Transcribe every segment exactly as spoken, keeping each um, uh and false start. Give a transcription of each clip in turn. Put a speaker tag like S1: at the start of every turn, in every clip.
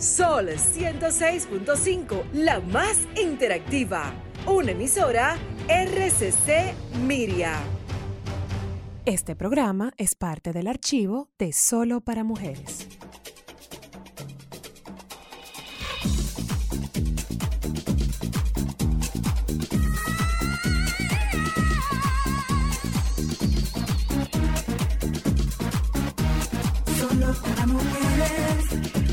S1: Sol ciento seis punto cinco, la más interactiva. Una emisora R C C Miria.
S2: Este programa es parte del archivo de Solo para Mujeres.
S3: Solo para mujeres.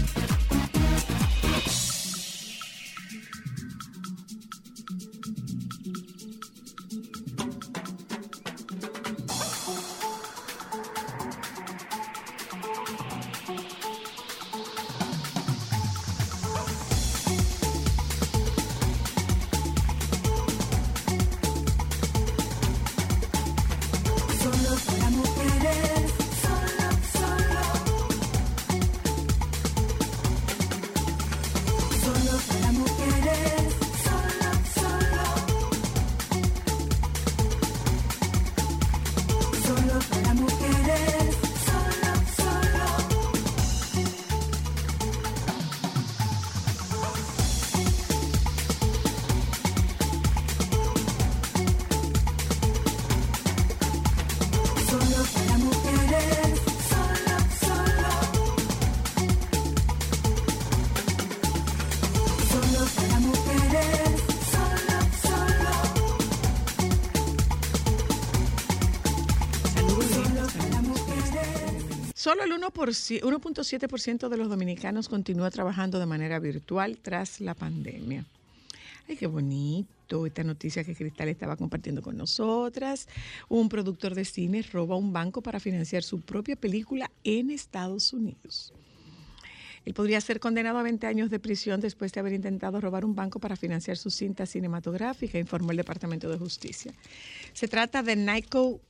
S4: Solo el uno punto siete por ciento de los dominicanos continúa trabajando de manera virtual tras la pandemia. Ay, qué bonito esta noticia que Cristal estaba compartiendo con nosotras. Un productor de cine roba un banco para financiar su propia película en Estados Unidos. Él podría ser condenado a veinte años de prisión después de haber intentado robar un banco para financiar su cinta cinematográfica, informó el Departamento de Justicia. Se trata de Nico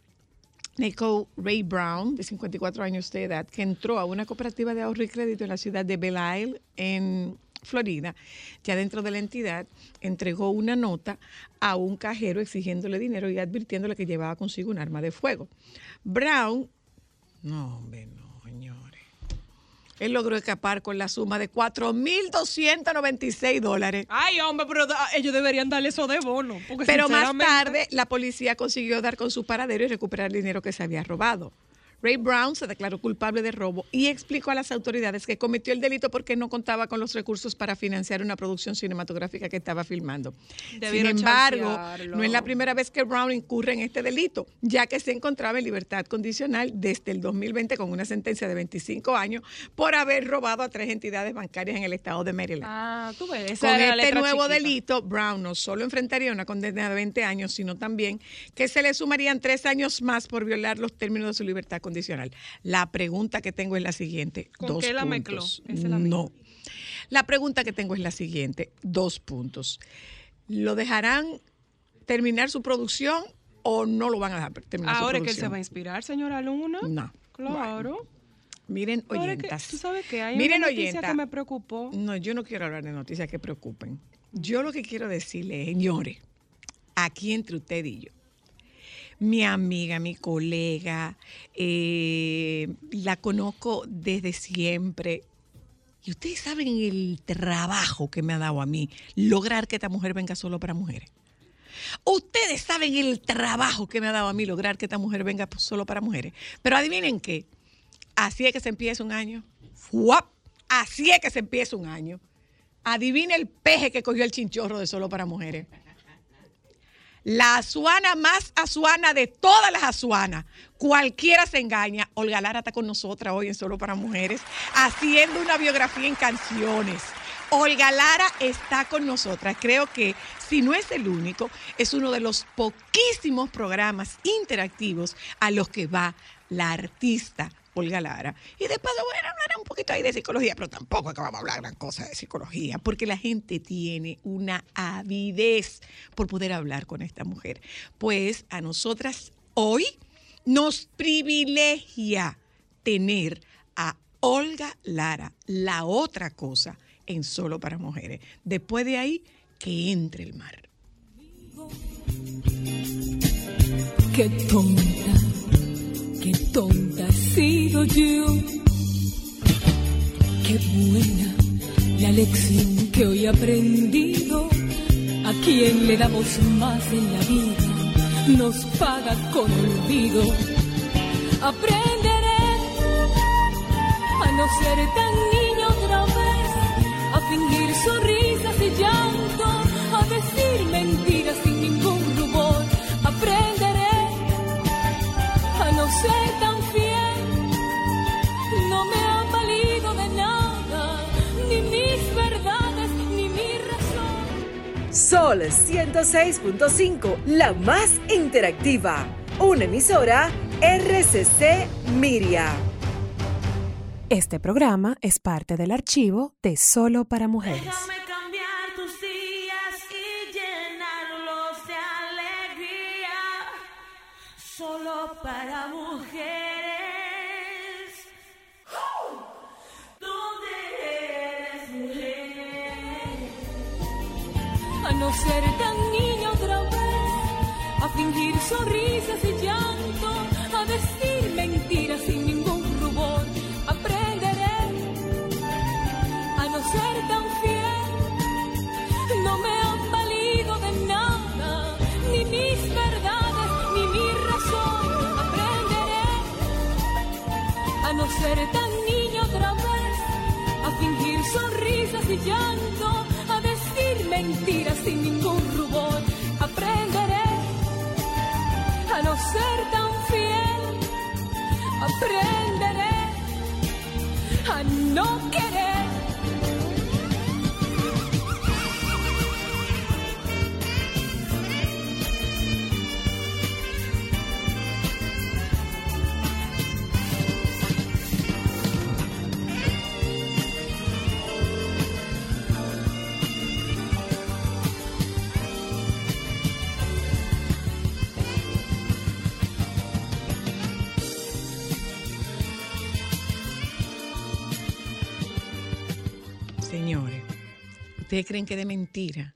S4: Nico Ray Brown, de cincuenta y cuatro años de edad, que entró a una cooperativa de ahorro y crédito en la ciudad de Belle Isle, en Florida. Ya dentro de la entidad, entregó una nota a un cajero exigiéndole dinero y advirtiéndole que llevaba consigo un arma de fuego. Brown, no, hombre, no, señores. Él logró escapar con la suma de cuatro mil doscientos noventa y seis dólares.
S5: Ay, hombre, pero ellos deberían darle eso de bono. Porque
S4: pero más tarde, la policía consiguió dar con su paradero y recuperar el dinero que se había robado. Ray Brown se declaró culpable de robo y explicó a las autoridades que cometió el delito porque no contaba con los recursos para financiar una producción cinematográfica que estaba filmando. Debieron Sin embargo, chancearlo. No es la primera vez que Brown incurre en este delito, ya que se encontraba en libertad condicional desde el dos mil veinte con una sentencia de veinticinco años por haber robado a tres entidades bancarias en el estado de Maryland.
S5: Ah, tú ves.
S4: Esa con este nuevo chiquita. delito, Brown no solo enfrentaría una condena de veinte años, sino también que se le sumarían tres años más por violar los términos de su libertad condicional. La pregunta que tengo es la siguiente.
S5: ¿Con
S4: dos
S5: qué la mezcló? La
S4: no. La pregunta que tengo es la siguiente. Dos puntos. ¿Lo dejarán terminar su producción o no lo van a dejar terminar
S5: Ahora
S4: su producción?
S5: Ahora que él se va a inspirar, señora Luna.
S4: No.
S5: Claro.
S4: Bueno. Miren, oyentas.
S5: Que, ¿Tú sabes qué? Hay
S4: Miren,
S5: una noticia
S4: oyenta,
S5: que me preocupó.
S4: No, yo no quiero hablar de noticias que preocupen. Yo lo que quiero decirle, señores, aquí entre usted y yo, mi amiga, mi colega, eh, la conozco desde siempre. Y ustedes saben el trabajo que me ha dado a mí lograr que esta mujer venga solo para mujeres. Ustedes saben el trabajo que me ha dado a mí lograr que esta mujer venga solo para mujeres. Pero adivinen qué, así es que se empieza un año. ¡Fuap! Así es que se empieza un año. Adivine el peje que cogió el chinchorro de solo para mujeres. La azuana más azuana de todas las azuanas. Cualquiera se engaña. Olga Lara está con nosotras hoy en Solo para Mujeres, haciendo una biografía en canciones. Olga Lara está con nosotras. Creo que, si no es el único, es uno de los poquísimos programas interactivos a los que va la artista Olga Lara. Y después, bueno, hablar un poquito ahí de psicología, pero tampoco es que vamos a hablar gran cosa de psicología, porque la gente tiene una avidez por poder hablar con esta mujer. Pues a nosotras hoy nos privilegia tener a Olga Lara, la otra cosa, en Solo para Mujeres. Después de ahí, que entre el mar.
S6: Qué tonta, qué tonta he sido yo. Qué buena La lección que hoy he aprendido, a quien le damos más en la vida, nos paga con olvido. Aprenderé a no ser tan niño otra vez, a fingir sonrisas y llanto, a decir mentiras sin ningún rubor. Aprenderé a no ser tan fiel, no me han valido de nada, ni mis verdades, ni mi razón.
S1: Sol ciento seis punto cinco, la más interactiva. Una emisora R C C Miria.
S2: Este programa es parte del archivo de Solo para Mujeres.
S3: Déjame cambiar tus días y llenarlos de alegría. Solo para mujeres. ¿Dónde eres mujer?
S6: A no ser tan niño otra vez, a fingir sonrisas y llanto, a decir mentiras sin ningún rubor. Aprenderé a no ser tan fiel, no me han valido de nada, ni mis verdades, ni mi razón. Aprenderé a no ser tan niño otra vez, a fingir sonrisas y llanto, a decir mentiras sin ningún rubor. Aprenderé a no ser tan fiel, aprenderé a no querer.
S4: Señores, ¿ustedes creen que de mentira?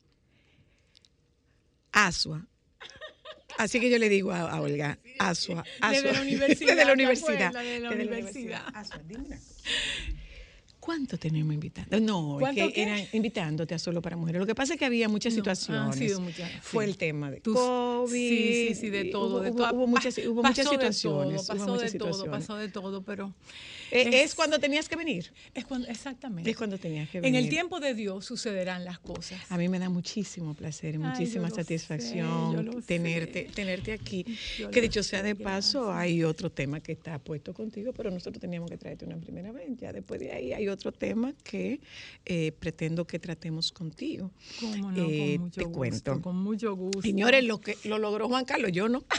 S4: Asua. Así que yo le digo a, a Olga, Asua, Asua.
S5: Desde la universidad.
S4: Desde la universidad.
S5: Desde la
S4: Desde
S5: universidad.
S4: Asua, dime una cosa. ¿Cuánto tenemos invitando? No, es
S5: ¿Cuánto
S4: que
S5: qué?
S4: eran invitándote a Solo para Mujeres. Lo que pasa es que había muchas
S5: No,
S4: situaciones.
S5: han sido muchas,
S4: Fue
S5: sí.
S4: el tema de
S5: Tus-
S4: COVID.
S5: Sí, sí, sí, de todo.
S4: Hubo,
S5: de
S4: hubo-
S5: todo.
S4: hubo muchas, hubo muchas
S5: Pasó de todo,
S4: situaciones.
S5: pasó
S4: hubo muchas
S5: de todo,
S4: situaciones.
S5: pasó de todo, pero
S4: Eh, es,
S5: es-
S4: cuando tenías que venir.
S5: es cuando, exactamente.
S4: Es cuando tenías que
S5: En
S4: venir.
S5: el tiempo de Dios sucederán las cosas.
S4: A mí me da muchísimo placer y
S5: Ay,
S4: muchísima
S5: yo lo sé,
S4: satisfacción
S5: yo lo
S4: tenerte,
S5: sé.
S4: tenerte aquí.
S5: Yo
S4: Que
S5: lo
S4: dicho sea de
S5: sé,
S4: paso,
S5: gracias.
S4: hay otro tema que está puesto contigo, pero nosotros teníamos que traerte una primera vez. Ya después de ahí hay otro tema que eh, pretendo que tratemos contigo.
S5: Cómo no,
S4: Eh,
S5: con mucho
S4: te
S5: gusto,
S4: cuento.
S5: con mucho gusto.
S4: Señores, lo que lo logró Juan Carlos, yo no.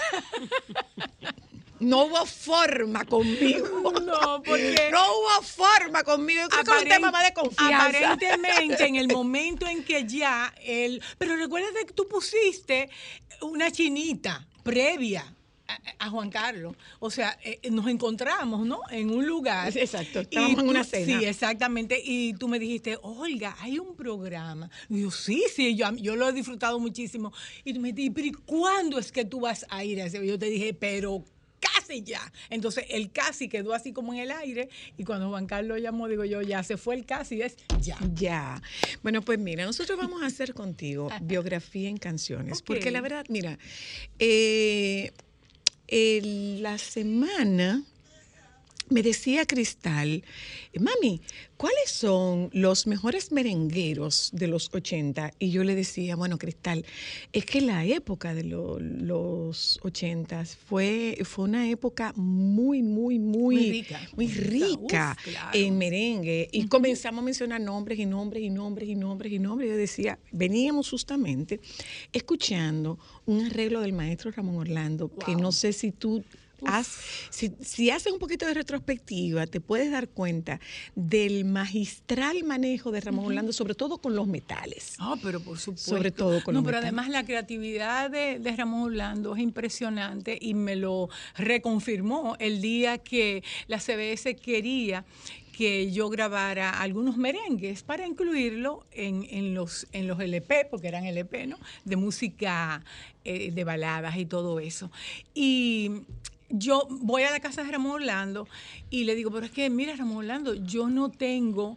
S4: No hubo forma conmigo.
S5: No, porque
S4: No hubo forma conmigo. Yo creo que es un
S5: Aparent-
S4: tema más de confianza.
S5: Aparentemente, en el momento en que ya él. Pero recuerda que tú pusiste una chinita previa a, a Juan Carlos. O sea, eh, nos encontramos, ¿no? En un lugar.
S4: Exacto,
S5: Y
S4: estábamos en
S5: tú-
S4: una cena.
S5: Sí, exactamente. Y tú me dijiste, Olga, hay un programa. Y yo, sí, sí, yo, yo lo he disfrutado muchísimo. Y tú me dijiste, pero ¿y cuándo es que tú vas a ir a ese? Y yo te dije, pero casi ya. Entonces el casi quedó así como en el aire y cuando Juan Carlos llamó, digo yo, ya se fue el casi, es ya.
S4: Ya. Bueno, pues mira, nosotros vamos a hacer contigo biografía en canciones,
S5: Ok.
S4: porque la verdad, mira, eh, el- la semana me decía Cristal, mami, ¿cuáles son los mejores merengueros de los ochenta? Y yo le decía, bueno, Cristal, es que la época de lo- los ochenta fue, fue una época muy, muy, muy,
S5: Muy rica.
S4: muy rica
S5: Uf, claro.
S4: en merengue. Y comenzamos a mencionar nombres y nombres y nombres y nombres y nombres. Yo decía, veníamos justamente escuchando un arreglo del maestro Ramón Orlando, que no sé si tú haz- si, si haces un poquito de retrospectiva, te puedes dar cuenta del magistral manejo de Ramón Orlando, sobre todo con los metales.
S5: Ah, pero por supuesto.
S4: Sobre todo con
S5: No,
S4: los
S5: pero
S4: metales.
S5: además la creatividad de, de Ramón Orlando es impresionante y me lo reconfirmó el día que la C B S quería que yo grabara algunos merengues para incluirlo en, en los en los L P, porque eran L P, ¿no? De música, eh, de baladas y todo eso. Y yo voy a la casa de Ramón Orlando y le digo, pero es que, mira, Ramón Orlando, yo no tengo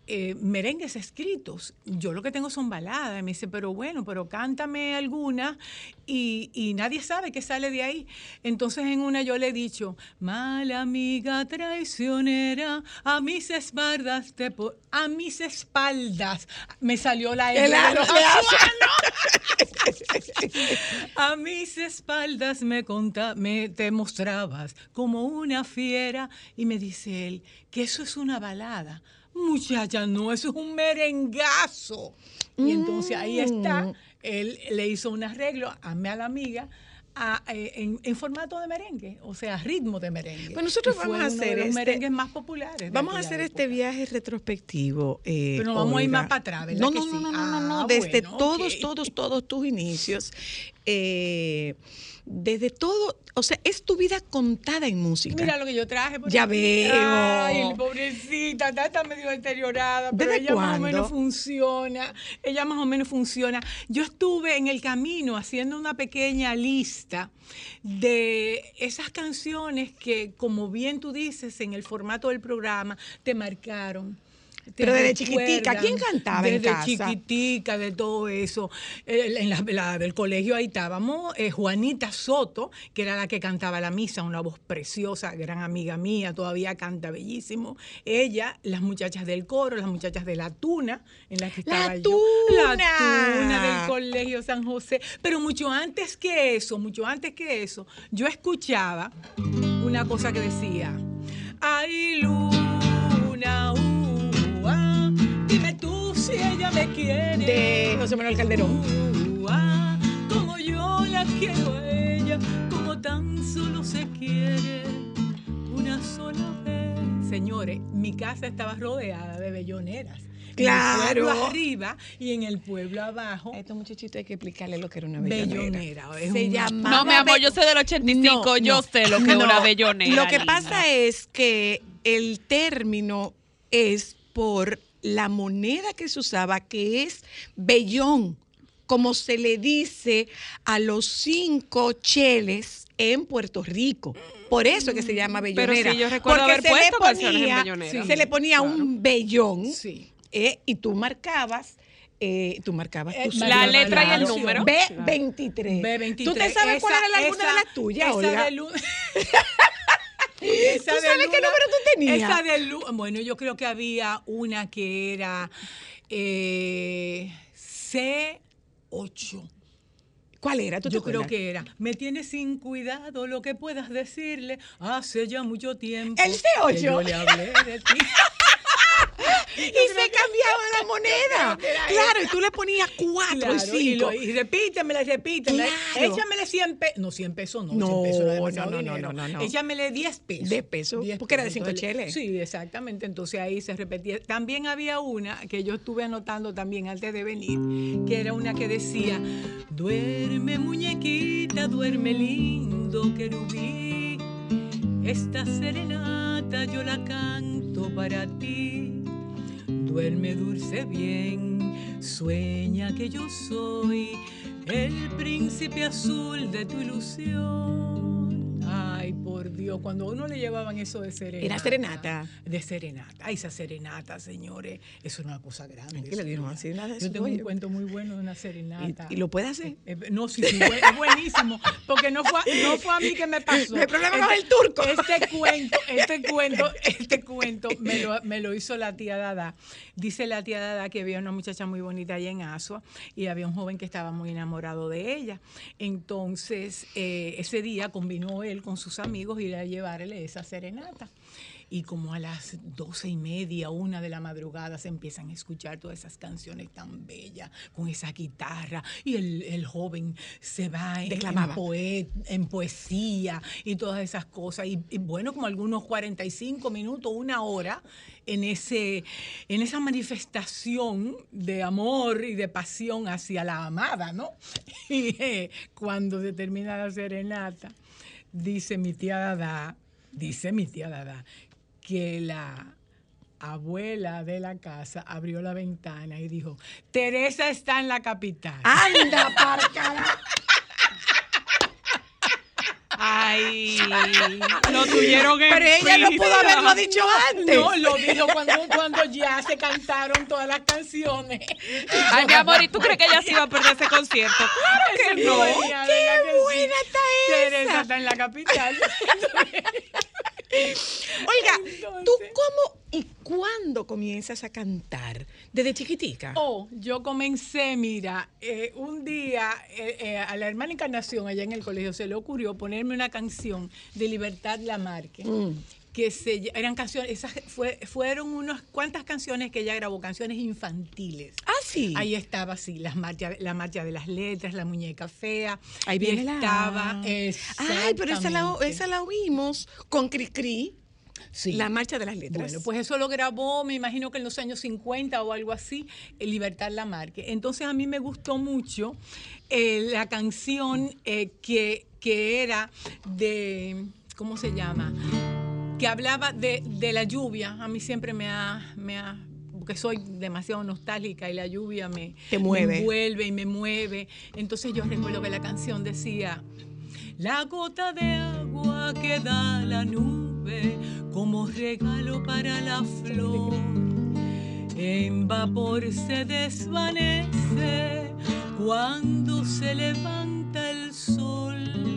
S5: eh, merengues escritos. Yo lo que tengo son baladas. Me dice, pero bueno, pero cántame alguna y, y nadie sabe qué sale de ahí. Entonces en una yo le he dicho, mala amiga traicionera, a mis espaldas te po- a mis espaldas me salió la L de los a mis espaldas me conta, me te mostrabas como una fiera y me dice él que eso es una balada. Muchacha, no, eso es un merengazo. Y entonces ahí está, él le hizo un arreglo a mí, a la amiga, a, eh, en, en formato de merengue, o sea, ritmo de merengue.
S4: Pues nosotros
S5: Y fue
S4: vamos a
S5: uno
S4: hacer
S5: de los
S4: este-
S5: merengues más populares. de
S4: Vamos a
S5: aquella
S4: hacer este
S5: época.
S4: viaje retrospectivo. eh,
S5: Pero no vamos a ir
S4: Olga.
S5: más para atrás, ¿verdad
S4: No,
S5: que
S4: no,
S5: sí?
S4: no, no, no, no, no,
S5: Ah,
S4: desde
S5: bueno,
S4: todos,
S5: ok.
S4: todos, todos tus inicios. eh, desde todo, o sea, es tu vida contada en música.
S5: Mira lo que yo traje. por
S4: Ya
S5: aquí.
S4: veo.
S5: Ay, pobrecita, está, está medio deteriorada, pero
S4: ¿Desde
S5: ella más o
S4: cuándo?
S5: menos funciona. Ella más o menos funciona. Yo estuve en el camino haciendo una pequeña lista de esas canciones que, como bien tú dices, en el formato del programa, te marcaron. te
S4: Pero desde chiquitica,
S5: recuerdan.
S4: ¿quién cantaba en
S5: Desde
S4: casa?
S5: chiquitica, de todo eso. Eh, En la, la del colegio ahí estábamos, eh, Juanita Soto, que era la que cantaba la misa, una voz preciosa, gran amiga mía, todavía canta bellísimo. Ella, las muchachas del coro, las muchachas de La Tuna, en la que
S4: ¡La
S5: estaba yo. La
S4: Tuna!
S5: Tuna del Colegio San José. Pero mucho antes que eso, mucho antes que eso, yo escuchaba una cosa que decía, ay, luna, ua, dime tú si ella me quiere.
S4: De José Manuel Calderón.
S5: Ua, como yo la quiero a ella, como tan solo se quiere una sola vez. Señores, mi casa estaba rodeada de belloneras.
S4: Claro.
S5: En el pueblo arriba y en el pueblo abajo.
S4: A estos muchachitos hay que explicarle lo que era una bellonera.
S5: Bellonera, es
S4: Se
S5: una-
S4: llamaba
S7: No, mi amor,
S4: be-
S7: yo soy del ochenta y cinco,
S4: No,
S7: yo
S4: no,
S7: sé lo que es
S4: no.
S7: una bellonera.
S4: Lo que
S7: linda.
S4: pasa es que el término es por la moneda que se usaba, que es bellón, como se le dice a los cinco cheles en Puerto Rico. Por eso es que se llama
S7: Pero
S4: bellonera.
S7: sí, yo recuerdo
S4: Porque
S7: haber
S4: se le
S7: puesto canciones en
S4: ponía-
S7: bellonera.
S4: Se le ponía
S5: Claro.
S4: un bellón
S5: Sí.
S4: eh, y tú marcabas. Eh, tú marcabas
S5: Eh,
S4: tu
S7: La
S4: cédula,
S7: letra y el
S4: claro.
S7: número.
S4: B veintitrés.
S5: B veintitrés.
S4: ¿Tú te sabes cuál
S5: Esa-
S4: era alguna de
S5: esa-
S4: las tuyas,
S5: esa
S4: Olga?
S5: de Lu-
S4: ¿Tú
S5: Esa de
S4: sabes qué
S5: Luna-
S4: número tú tenías?
S5: Esa de Lu- bueno, yo creo que había una que era eh, C ocho.
S4: ¿Cuál era? ¿Tú te
S5: Yo creo
S4: acuerdas?
S5: que era. Me tienes sin cuidado lo que puedas decirle. Hace ya mucho tiempo.
S4: El C ocho.
S5: que yo le hablé de ti.
S4: Y se cambiaba la moneda.
S5: creo que era
S4: Claro, y tú le ponías cuatro
S5: Claro,
S4: y cinco.
S5: lo- y repítemela, repítemela.
S4: Claro.
S5: Échamele cien pesos. No, cien pesos no.
S4: No,
S5: cien pesos era demasiado
S4: no, no,
S5: dinero.
S4: no, no, no.
S5: Échamele diez pesos.
S4: diez pesos,
S5: diez
S4: porque era de cinco
S5: Entonces,
S4: cheles.
S5: Sí, exactamente. Entonces ahí se repetía. También había una que yo estuve anotando también antes de venir, que era una que decía, duerme muñequita, duerme lindo querubín. Esta serenata yo la canto para ti. Duerme dulce bien, sueña que yo soy el príncipe azul de tu ilusión. Ay, por Dios, cuando a uno le llevaban eso de serenata.
S4: Era serenata.
S5: De serenata. Ay, esa serenata, señores, eso era una cosa grande.
S4: Tranquila,
S5: eso
S4: yo no
S5: era.
S4: voy a decir nada de
S5: Yo
S4: eso,
S5: tengo un
S4: oye.
S5: cuento muy bueno de una serenata.
S4: ¿Y, y lo puede hacer?
S5: Eh, no, sí, sí, es buenísimo, porque no fue, no fue a mí que me pasó.
S4: No hay problema con
S5: Este-
S4: el turco.
S5: Este cuento, este cuento, este cuento me lo, me lo hizo la tía Dada. Dice la tía Dada que había una muchacha muy bonita allá en Asua y había un joven que estaba muy enamorado de ella. Entonces, eh, ese día combinó él con sus amigos ir a llevarle esa serenata. Y como a las doce y media, una de la madrugada, se empiezan a escuchar todas esas canciones tan bellas, con esa guitarra, y el, el joven se va en,
S4: Declamaba.
S5: en, poe- en poesía y todas esas cosas. Y, y bueno, como algunos cuarenta y cinco minutos, una hora, en, ese, en esa manifestación de amor y de pasión hacia la amada, ¿no? Y eh, cuando se termina la serenata, dice mi tía Dada, dice mi tía Dada, que la abuela de la casa abrió la ventana y dijo, Teresa está en la capital.
S4: ¡Anda, para carajo!
S5: Ay, lo tuvieron en
S4: Pero ella no
S5: prisa.
S4: pudo haberlo dicho antes.
S5: No, lo dijo cuando, cuando ya se cantaron todas las canciones.
S7: Ay, mi amor, ¿y tú crees que ella se iba a perder ese concierto? Claro que no.
S4: ¡Qué buena está esa!
S5: Teresa está en la capital.
S4: Oiga, ¿tú
S5: Entonces-
S4: cómo y cuándo comienzas a cantar? ¿Desde chiquitica?
S5: Oh, yo comencé, mira, eh, un día eh, eh, a la hermana Encarnación allá en el colegio se le ocurrió ponerme una canción de Libertad Lamarque.
S4: Mm.
S5: Que se, ll- eran canciones, esas fue, fueron unas cuantas canciones que ella grabó, canciones infantiles.
S4: Ah, sí.
S5: Ahí estaba, sí, las marcha, la marcha de las letras, la muñeca fea.
S4: Ahí
S5: y
S4: viene la...
S5: estaba.
S4: Ay, pero esa la,
S5: exactamente.
S4: esa la oímos con Cricri,
S5: Sí.
S4: la marcha de las letras.
S5: Bueno, pues eso lo grabó, me imagino que en los años cincuenta o algo así, eh, Libertad Lamarque. Entonces a mí me gustó mucho eh, la canción eh, que, que era de, ¿cómo se llama? Que hablaba de, de la lluvia. A mí siempre me ha, me ha, porque soy demasiado nostálgica y la lluvia me,
S4: Te mueve.
S5: me envuelve y me mueve. Entonces yo recuerdo que la canción decía: la gota de agua que da la nube como regalo para la flor, en vapor se desvanece cuando se levanta el sol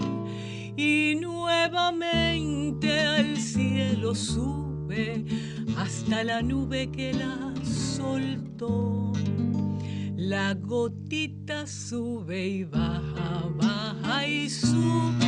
S5: y nuevamente al cielo sube hasta la nube que la soltó. La gotita sube y baja, baja y sube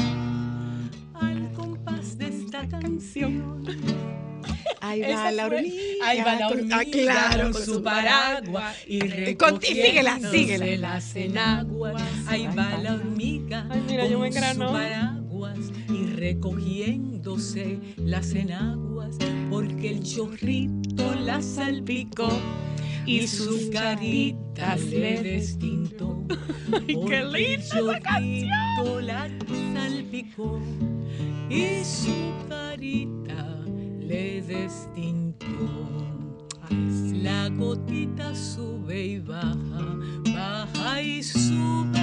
S5: al compás de esta canción.
S4: Ahí va
S5: Esa
S4: la
S5: fue-
S4: hormiga.
S5: Ahí va la
S4: con-
S5: hormiga
S4: ah, claro,
S5: con su paraguas y
S4: Con- y síguela,
S5: recogiéndose
S4: síguela.
S5: las enaguas. Ahí va la hormiga
S7: Ay, mira, yo me
S5: con su
S7: engranó.
S5: paraguas y recogiéndose las enaguas porque el chorrito la salpicó y su carita le destintó. Porque el chorrito la salpicó y su carita le destintó. La gotita sube y baja, baja y sube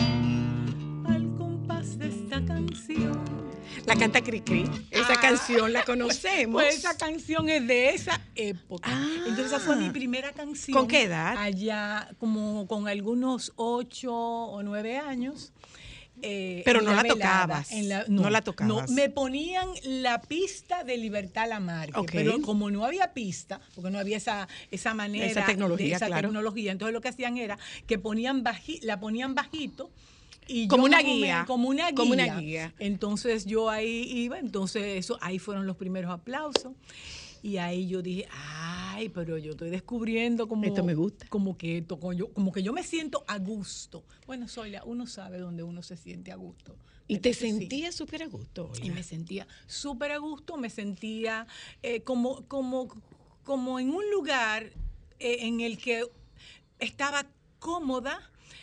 S5: al compás de esta canción.
S4: La canta Cricri. Esa
S5: Ah.
S4: canción la conocemos.
S5: Pues esa canción es de esa época.
S4: Ah.
S5: Entonces esa fue mi primera canción.
S4: ¿Con qué edad?
S5: Allá como con algunos ocho o nueve años. eh,
S4: Pero
S5: en
S4: no la
S5: velada,
S4: tocabas,
S5: en la-
S4: no la tocabas.
S5: No, me ponían la pista de Libertad Lamarque,
S4: Ok.
S5: pero como no había pista, porque no había esa, esa manera,
S4: Esa tecnología,
S5: de esa
S4: claro.
S5: tecnología, entonces lo que hacían era que ponían baji- la ponían bajito. Y
S4: Como
S5: yo
S4: una
S5: más o menos-
S4: guía,
S5: como una guía.
S4: como una guía.
S5: Entonces yo ahí iba, entonces eso, ahí fueron los primeros aplausos. Y ahí yo dije, ay, pero yo estoy descubriendo como,
S4: Esto me gusta.
S5: como que esto, como yo, como que yo me siento a gusto. Bueno, Zoila, uno sabe dónde uno se siente a gusto.
S4: Y te
S5: ¿Verdad que sí?
S4: sentías súper a gusto.
S5: Y
S4: Olga.
S5: me sentía súper a gusto, me sentía eh, como, como, como en un lugar eh, en el que estaba cómoda,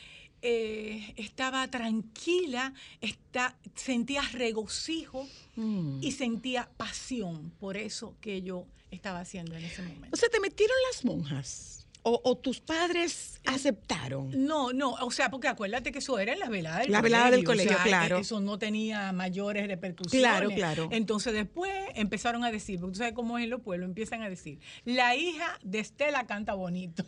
S5: eh, estaba tranquila, está, sentía regocijo
S4: Mm.
S5: y sentía pasión por eso que yo estaba haciendo en ese momento.
S4: O sea, ¿te metieron las monjas? ¿O, o tus padres aceptaron?
S5: No, no, o sea, porque acuérdate que eso era en la velada del
S4: La
S5: colegio.
S4: velada del
S5: o
S4: colegio,
S5: sea,
S4: claro.
S5: Eso no tenía mayores repercusiones.
S4: Claro, claro.
S5: Entonces después empezaron a decir, porque tú sabes cómo es en los pueblos, empiezan a decir, la hija de Estela canta bonito.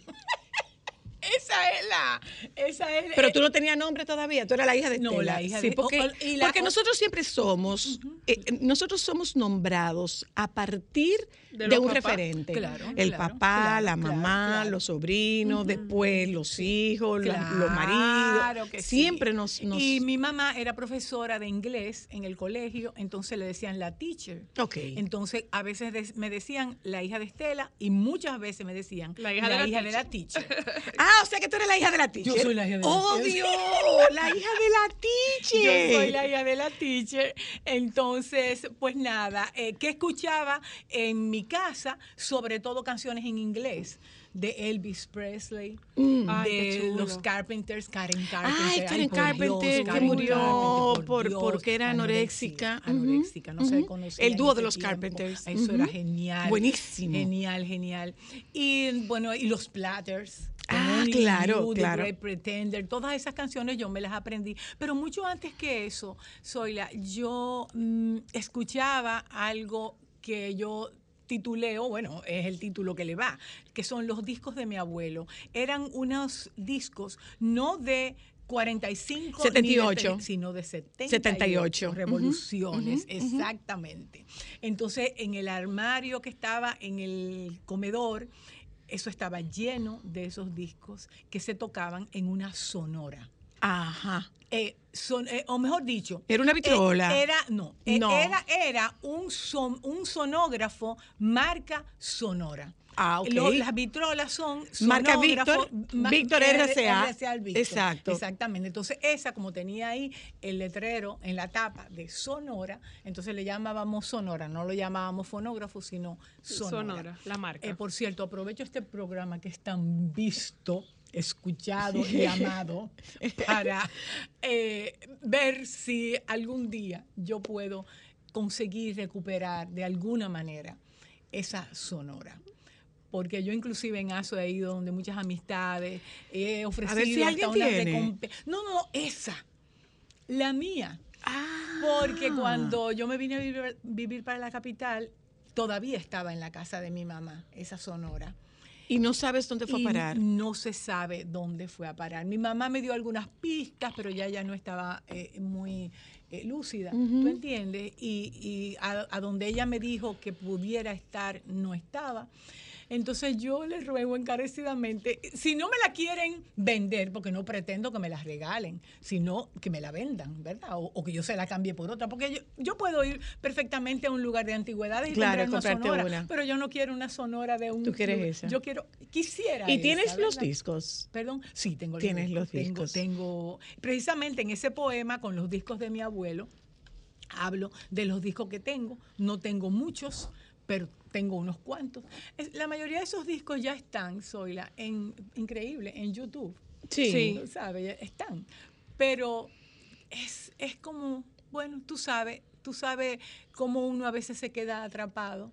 S5: Esa es la, esa es
S4: Pero tú no tenías nombre todavía, tú eras la hija de
S5: No,
S4: Estela.
S5: la hija
S4: Sí,
S5: de-
S4: porque,
S5: o- o- y la-
S4: porque
S5: o-
S4: nosotros siempre somos, eh, nosotros somos nombrados a partir
S7: De
S4: de,
S7: los
S4: un
S7: papás.
S4: referente.
S5: Claro,
S4: El
S5: claro,
S4: papá,
S5: claro,
S4: la
S5: claro,
S4: mamá,
S5: claro.
S4: los sobrinos, después los hijos, los- los
S5: Claro
S4: maridos.
S5: que sí.
S4: Siempre nos, nos...
S5: Y mi mamá era profesora de inglés en el colegio, entonces le decían la teacher.
S4: Ok.
S5: Entonces a veces de- me decían la hija de Estela y muchas veces me decían
S7: La hija de la
S5: de la teacher.
S4: Ah, o sea que tú eres la hija de la teacher.
S5: Yo soy la hija de la
S4: Obvio, la hija de la teacher.
S5: Yo soy la hija de la teacher. Entonces, pues nada, eh, ¿qué escuchaba en mi casa? Sobre todo canciones en inglés. De Elvis Presley,
S4: Mm.
S7: Ay, qué
S5: de
S7: chulo.
S5: los Carpenters, Karen Carpenter.
S4: Ay, Karen
S5: por
S4: Carpenter,
S5: Dios,
S4: que
S5: Karen
S4: murió
S5: Carpenter,
S4: por-
S5: Dios,
S4: porque era anoréxica. Ujú,
S5: Anoréxica, no se
S4: ujú.
S5: conocía.
S4: El
S5: en
S4: dúo de
S5: ese
S4: los
S5: tiempo.
S4: Carpenters.
S5: Eso
S4: Ujú.
S5: era genial.
S4: Buenísimo.
S5: Genial, genial. Y bueno, y los Platters. Con
S4: Ah,
S5: Only
S4: claro,
S5: You, The
S4: claro.
S5: Great Pretender, todas esas canciones yo me las aprendí. Pero mucho antes que eso, Zoila, yo mm, escuchaba algo que yo tituleo, bueno, es el título que le va, que son los discos de mi abuelo. Eran unos discos no de cuarenta y cinco
S4: setenta y
S5: ni de
S4: ocho.
S5: tre- sino de setenta y ocho,
S4: setenta y ocho.
S5: revoluciones,
S4: Ujú, ujú, ujú.
S5: exactamente. Entonces, en el armario que estaba en el comedor, eso estaba lleno de esos discos que se tocaban en una sonora.
S4: Ajá.
S5: Eh, son, eh, o mejor dicho,
S4: Era una vitrola.
S5: eh, era no, eh,
S4: No.
S5: era era un son, un sonógrafo marca Sonora.
S4: Ah, ok.
S5: Lo- las vitrolas son
S4: Marca
S5: sonógrafo-
S4: Víctor,
S5: ma-
S4: Víctor R C A.
S5: R C A Víctor.
S4: Exacto.
S5: Exactamente. Entonces, esa, como tenía ahí el letrero en la tapa de Sonora, entonces le llamábamos Sonora, no lo llamábamos fonógrafo, sino Sonora.
S7: Sonora, la marca.
S5: Eh, por cierto, aprovecho este programa que es tan visto, escuchado y amado para eh, ver si algún día yo puedo conseguir recuperar de alguna manera esa Sonora. Porque yo inclusive en ASO he ido donde muchas amistades, he ofrecido
S4: A ver si
S5: hasta
S4: alguien
S5: una
S4: tiene.
S5: recompe- No, no, esa, la mía.
S4: Ah.
S5: Porque cuando yo me vine a vivir, vivir para la capital, todavía estaba en la casa de mi mamá, esa Sonora.
S4: Y no sabes dónde fue a
S5: Y
S4: parar.
S5: no se sabe dónde fue a parar. Mi mamá me dio algunas pistas, pero ya ya no estaba eh, muy eh, lúcida, ¿tú entiendes? Y, y a, a donde ella me dijo que pudiera estar, no estaba. Entonces yo les ruego encarecidamente, si no me la quieren vender, porque no pretendo que me la regalen, sino que me la vendan, ¿verdad? O, o que yo se la cambie por otra, porque yo, yo puedo ir perfectamente a un lugar de antigüedades y
S4: Claro,
S5: comprar una
S4: comprarte
S5: sonora,
S4: una.
S5: pero yo no quiero una sonora de un...
S4: ¿Tú quieres esa?
S5: Yo quiero, quisiera
S4: ¿Y
S5: esa,
S4: tienes los
S5: ¿verdad?
S4: discos?
S5: Perdón, sí, tengo los
S4: Tienes
S5: discos.
S4: los discos.
S5: Tengo, tengo, precisamente en ese poema con los discos de mi abuelo, hablo de los discos que tengo. No tengo muchos, pero tengo unos cuantos. Es- la mayoría de esos discos ya están, Zoila, en, increíble, en YouTube.
S4: Sí.
S5: Tú sabes, ya están. Pero es, es como, bueno, tú sabes, tú sabes cómo uno a veces se queda atrapado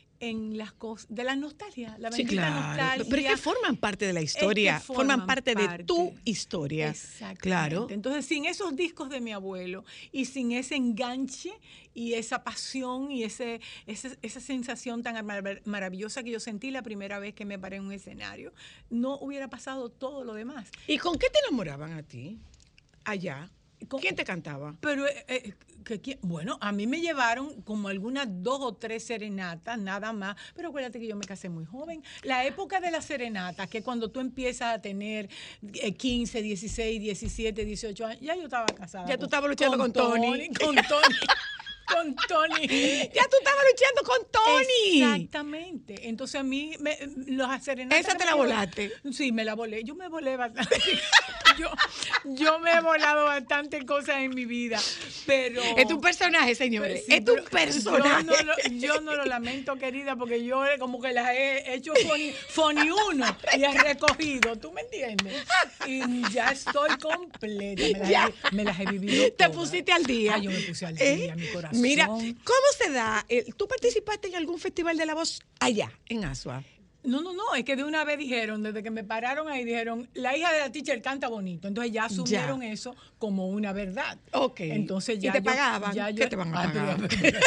S5: en las cosas, de la nostalgia, la
S4: Sí,
S5: bendita
S4: claro.
S5: nostalgia.
S4: Pero es que forman parte de la historia,
S5: Es que
S4: forman parte de
S5: parte.
S4: tu historia.
S5: Exactamente.
S4: Claro.
S5: Entonces, sin esos discos de mi abuelo y sin ese enganche y esa pasión y ese, ese- esa sensación tan mar- maravillosa que yo sentí la primera vez que me paré en un escenario, no hubiera pasado todo lo demás.
S4: ¿Y con qué te enamoraban a ti? Allá.
S5: Con-
S4: ¿Quién te cantaba?
S5: Pero, eh, eh, que qui- bueno, a mí me llevaron como algunas dos o tres serenatas, nada más, pero acuérdate que yo me casé muy joven. La época de las serenatas, que cuando tú empiezas a tener eh, quince, dieciséis, diecisiete, dieciocho años, ya yo estaba casada.
S4: Ya tú estabas luchando con Tony.
S5: Con Tony. Con Tony.
S4: Ya tú estabas luchando con Tony.
S5: Exactamente. Entonces a mí, me, los serenatas...
S4: Esa
S5: que
S4: te
S5: me
S4: la
S5: llevaron-
S4: volaste.
S5: Sí, me la volé. Yo me volé bastante. yo, yo me he volado bastante cosas en mi vida, pero...
S4: Es tu personaje, señores.
S5: Sí,
S4: es tu
S5: pero
S4: personaje.
S5: Yo no, lo, yo no lo lamento, querida, porque yo como que las he hecho foni, foni uno y he recogido, ¿tú me entiendes? Y ya estoy completa, me las,
S4: Ya.
S5: He, me las he vivido
S4: Te
S5: todas.
S4: pusiste al día.
S5: Ah, yo me puse al
S4: ¿Eh?
S5: día, mi corazón.
S4: Mira, ¿cómo se da? el- ¿Tú participaste en algún festival de la voz allá, en Asua?
S5: No, no, no, es que de una vez dijeron, desde que me pararon ahí, dijeron, la hija de la teacher canta bonito. Entonces ya asumieron eso como una verdad.
S4: Ok.
S5: Entonces
S4: ¿Y
S5: ya
S4: te
S5: yo-
S4: pagaban?
S5: ya
S4: ¿Qué
S5: yo-
S4: te van a
S5: Ah, pero-
S4: pagar?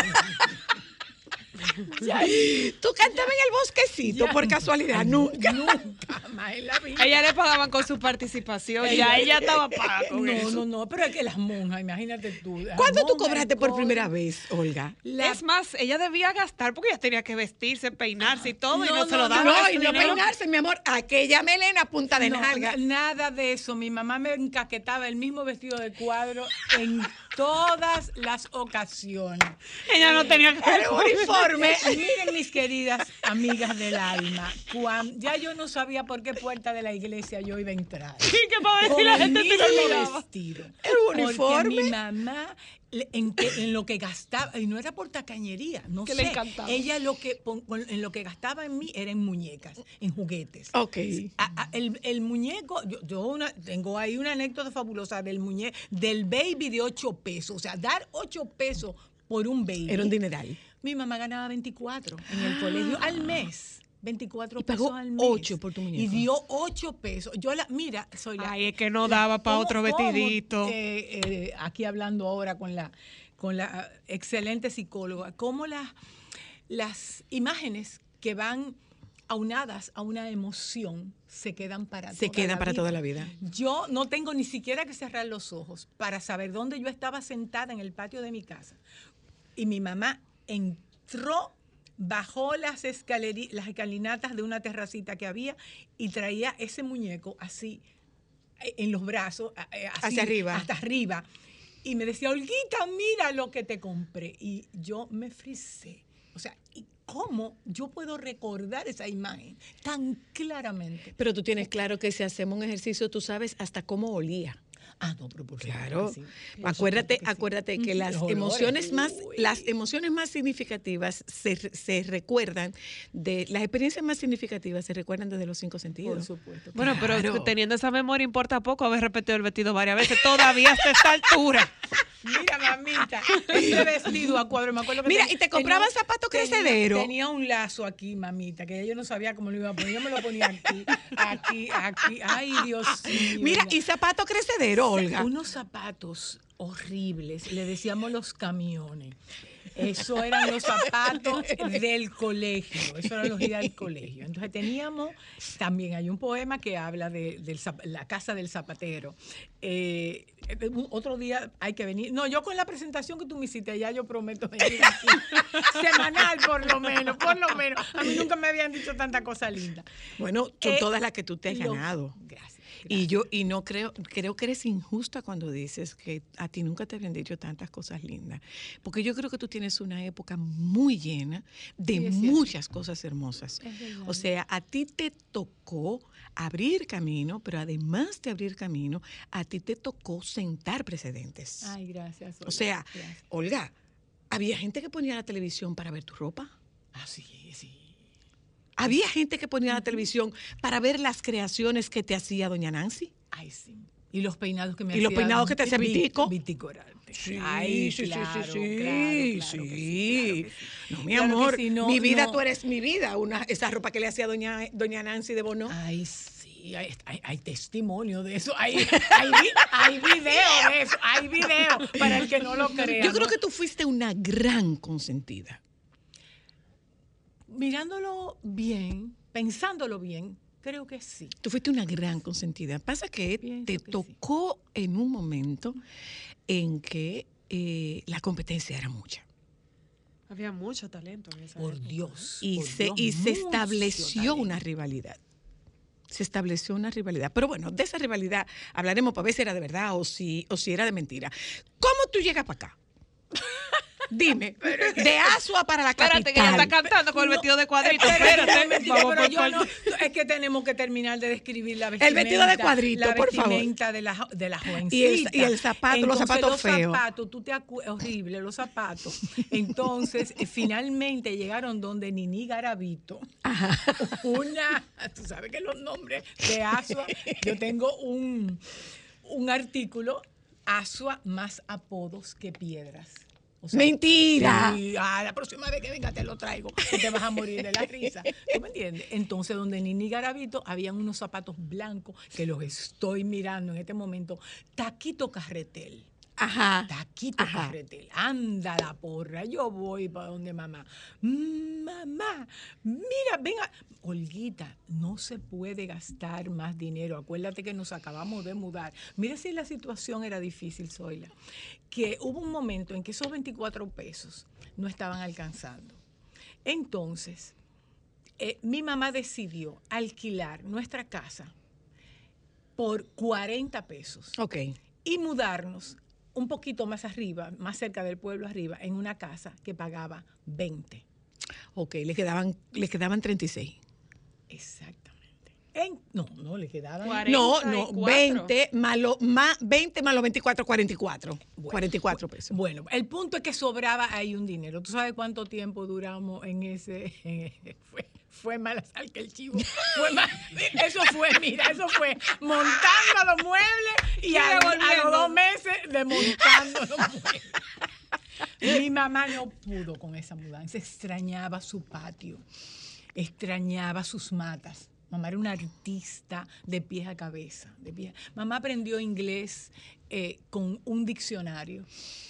S4: ¿Tú cantabas en el bosquecito
S5: Ya.
S4: por casualidad? Nunca.
S5: Nunca más en la vida.
S7: A ella le pagaban con su participación. Ya ella estaba paga con
S5: No,
S7: eso.
S5: no, no, pero es que las monjas, imagínate tú. las
S4: ¿Cuándo tú
S5: monjas,
S4: cobraste
S5: el
S4: por
S5: coro.
S4: primera vez, Olga?
S5: La-
S7: Es más, ella debía gastar porque ella tenía que vestirse, peinarse y todo, y
S5: No,
S7: no, se
S5: no,
S7: lo
S5: no,
S7: daban.
S4: No,
S7: ese
S4: y no
S7: dinero.
S4: peinarse, mi amor. Aquella melena punta de
S5: No,
S4: nalga.
S5: nada de eso. Mi mamá me encaquetaba el mismo vestido de cuadro en todas las ocasiones.
S7: Ella no tenía que
S4: El uniforme.
S5: Miren, mis queridas amigas del alma, cuan- ya yo no sabía por qué puerta de la iglesia yo iba a entrar.
S7: Sí, que para ver si
S5: Con
S7: la
S5: el
S7: gente se
S5: mismo
S7: lo miraba.
S5: vestido.
S4: El uniforme.
S5: Porque mi mamá, le- en, que- en lo que gastaba, y no era por tacañería, no
S7: Que
S5: sé.
S7: le encantaba.
S5: Ella lo que, pon- con- en lo que gastaba en mí era en muñecas, en juguetes.
S4: Ok.
S5: A- a- el, el muñeco, yo, yo una, tengo ahí una anécdota fabulosa del muñeco, del baby de ocho pesos. O sea, dar ocho pesos por un baby.
S4: Era un dineral.
S5: Mi mamá ganaba veinticuatro en el colegio al mes. veinticuatro
S4: Y pagó
S5: pesos al mes.
S4: ocho por tu muñeco.
S5: Y dio ocho pesos. Yo la, mira, soy la.
S7: Ay, es que no daba para
S5: ¿cómo-
S7: otro
S5: cómo,
S7: vestidito.
S5: eh, eh, aquí hablando ahora con la, con la excelente psicóloga, cómo las, las imágenes que van aunadas a una emoción se quedan para
S4: Se
S5: toda
S4: quedan
S5: la
S4: para
S5: vida.
S4: toda la vida.
S5: Yo no tengo ni siquiera que cerrar los ojos para saber dónde yo estaba sentada en el patio de mi casa. Y mi mamá entró, bajó las, escaleri- las escalinatas de una terracita que había y traía ese muñeco así eh, en los brazos, eh, así,
S4: Hacia arriba.
S5: hasta arriba. Y me decía, Olguita, mira lo que te compré. Y yo me frisé. O sea, ¿y cómo yo puedo recordar esa imagen tan claramente?
S4: Pero tú tienes claro que si hacemos un ejercicio, tú sabes hasta cómo olía.
S5: Ah, no, pero por
S4: Claro.
S5: supuesto que sí. Por
S4: Acuérdate,
S5: supuesto que sí.
S4: acuérdate que
S5: Ujú.
S4: las
S5: Los olores.
S4: emociones más,
S5: Uy.
S4: las emociones más significativas se, se recuerdan de, las experiencias más significativas se recuerdan desde los cinco sentidos.
S5: Por supuesto.
S7: Bueno, pero
S4: Claro.
S7: teniendo esa memoria importa poco haber repetido el vestido varias veces, todavía hasta esta altura.
S5: Mira, mamita, ese vestido a cuadro, me acuerdo que
S4: Mira,
S5: ten-
S4: y te compraban
S5: tenía-
S4: zapatos
S5: tenía-
S4: crecedero.
S5: Tenía un lazo aquí, mamita, que yo no sabía cómo lo iba a poner. Yo me lo ponía aquí, aquí, aquí. Ay, Dios mío.
S4: Mira, y zapato crecedero, Olga.
S5: Unos zapatos horribles, le decíamos los camiones. Eso eran los zapatos del colegio, eso eran los días del colegio. Entonces teníamos, también hay un poema que habla de, del zap- la casa del zapatero. Eh, un- otro día hay que venir. No, yo con la presentación que tú me hiciste, ya yo prometo venir aquí. Semanal, por lo menos, por lo menos. A mí nunca me habían dicho tanta cosa linda.
S4: Bueno, son
S5: Eh,
S4: todas las que tú te has
S5: los-
S4: ganado.
S5: Gracias.
S4: Y yo, y no creo, creo que eres injusta cuando dices que a ti nunca te habían dicho tantas cosas lindas. Porque yo creo que tú tienes una época muy llena de
S5: Sí, es cierto.
S4: muchas cosas hermosas.
S5: Es verdad.
S4: O sea, a ti te tocó abrir camino, pero además de abrir camino, a ti te tocó sentar precedentes.
S5: Ay, gracias.
S4: O sea,
S5: Gracias.
S4: Olga, había gente que ponía la televisión para ver tu ropa.
S5: Ah, sí, sí.
S4: Había gente que ponía la televisión para ver las creaciones que te hacía doña Nancy.
S5: Ay, sí. Y los peinados que me
S4: Y los
S5: hacía
S4: peinados que te hacía
S5: Vit-
S4: Vitico.
S5: Vitico Orarte.
S4: Sí,
S5: Ay,
S4: sí, sí,
S5: claro,
S4: sí, sí,
S5: claro, claro que
S4: sí.
S5: sí, claro que sí.
S4: No, mi
S5: Claro que
S4: amor,
S5: sí, no,
S4: mi vida,
S5: no.
S4: tú eres mi vida. Una, esa ropa que le hacía doña, doña Nancy de Bono.
S5: Ay, sí, hay, hay, hay testimonio de eso. Hay, hay, vi- hay video de eso. Hay video para el que no lo crea.
S4: Yo creo
S5: ¿no?
S4: que tú fuiste una gran consentida.
S5: Mirándolo bien, pensándolo bien, creo que sí.
S4: Tú fuiste una gran consentida. Pasa que
S5: Pienso
S4: te
S5: que sí.
S4: tocó en un momento en que eh, la competencia era mucha.
S7: Había mucho talento en esa
S5: Por
S7: época.
S5: Dios.
S4: Y
S5: por
S4: se,
S5: Dios,
S4: y se
S5: mucho
S4: estableció
S5: talento.
S4: una rivalidad. Se estableció una rivalidad. Pero bueno, de esa rivalidad hablaremos para ver si era de verdad o si, o si era de mentira. ¿Cómo tú llegas para acá? Dime, de Asua para la
S7: Espérate, que ella está
S4: capital.
S7: cantando con el
S5: No,
S7: vestido de cuadrito.
S5: espérate,
S7: Espérate,
S5: un momentito,
S7: vamos
S5: pero
S7: por
S5: yo
S7: parte.
S5: no- es que tenemos que terminar de describir la
S4: El
S5: vestimenta.
S4: vestido de cuadrito,
S5: la
S4: por favor.
S5: vestimenta de la, de la jovencita.
S4: Y el- y el zapato, los
S5: Entonces,
S4: zapatos
S5: los
S4: feos.
S5: zapatos, tú te acu- horrible, los zapatos. Entonces, eh, finalmente llegaron donde Nini Garavito. Una, tú sabes que los nombres de Asua, yo tengo un, un artículo, Asua más apodos que piedras. O sea,
S4: Mentira.
S5: sí, ah, la próxima vez que venga te lo traigo, que te vas a morir de la risa. ¿Tú me entiendes? Entonces, donde Nini Garavito, habían unos zapatos blancos que los estoy mirando en este momento. Taquito Carretel.
S4: Ajá.
S5: Taquito
S4: Ajá.
S5: Carretel. Anda la porra. Yo voy para donde mamá. Mm, Mamá, mira, venga. Olguita, no se puede gastar más dinero. Acuérdate que nos acabamos de mudar. Mira si la situación era difícil, Zoila. Que hubo un momento en que esos veinticuatro pesos no estaban alcanzando. Entonces, eh, mi mamá decidió alquilar nuestra casa por cuarenta pesos
S4: Ok.
S5: y mudarnos un poquito más arriba, más cerca del pueblo arriba, en una casa que pagaba veinte.
S4: Ok, le quedaban, le quedaban treinta y seis.
S5: Exactamente. En- no, no, le quedaban...
S7: Cuarenta.
S4: No, no,
S7: cuarenta y cuatro.
S4: veinte más, lo, más veinte más los veinticuatro, cuarenta y cuatro. cuarenta y cuatro pesos.
S5: Bueno, el punto es que sobraba ahí un dinero. ¿Tú sabes cuánto tiempo duramos en ese? fue, fue más sal que el chivo. Fue más- eso fue, mira, eso fue montando los muebles y a, a los dos meses desmontando los muebles. Mi mamá no pudo con esa mudanza, extrañaba su patio. extrañaba sus matas. Mamá era una artista de pies a cabeza. De pies. Mamá aprendió inglés eh, con un diccionario.